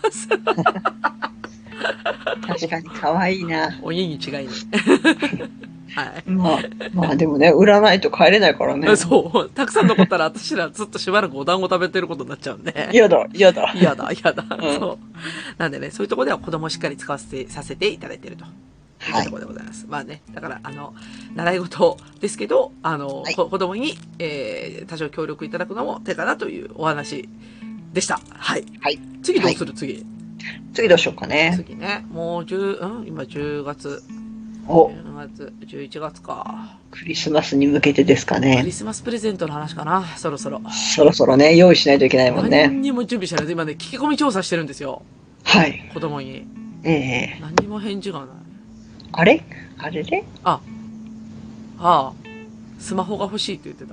確かに可愛いな。 お家に違いない。はい。 まあでもね、売らないと帰れないからね。 そう。たくさん残ったら私らずっとしばらくお団子食べてることになっちゃうんで。 嫌だ。 そう。なんでね、そういうところでは子供をしっかり使わせて、させていただいていると。はい。ところでございます。まあね、だから、習い事ですけど、子供に、多少協力いただくのも手かなというお話でした。はい。 はい。 次どうする、次。 次どうしようかね。 次ね。もう今10月。10月、11月か。 クリスマスに向けてですかね。 クリスマスプレゼントの話かな、そろそろ。 そろそろね、用意しないといけないもんね。 何にも準備してない。今ね、聞き込み調査してるんですよ。 はい。 子供に。何にも返事がない。あれでああ、スマホが欲しいって言ってた。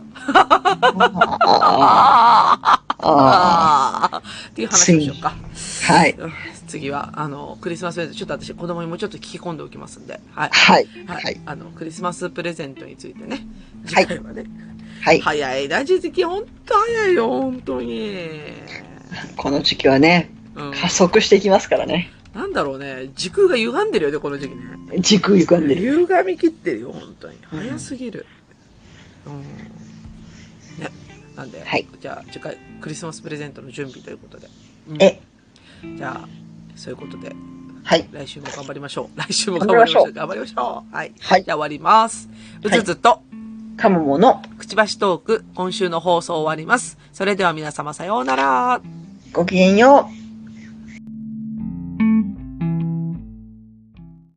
っていう話をしようか。 はい。 次は、クリスマスプレゼント、ちょっと私、子供にもちょっと聞き込んでおきますんで。はい。 はい。 はい。クリスマスプレゼントについてね。次回はね。 はい。 早いな、時期、ほんと早いよ、ほんとに。 この時期はね、加速していきますからね。 なんだろうね。時空が歪んでるよね、この時期ね。 時空歪んでる。 歪み切ってるよ、本当に。早すぎる。ね。なんで、じゃあ、次回、クリスマスプレゼントの準備ということで。じゃあ、そういうことで。 はい。 来週も頑張りましょう。来週も頑張りましょう。頑張りましょう。はい。はい。じゃあ終わります。うつつと、 かももの、 くちばしトーク、今週の放送終わります。それでは皆様さようなら。 ごきげんよう。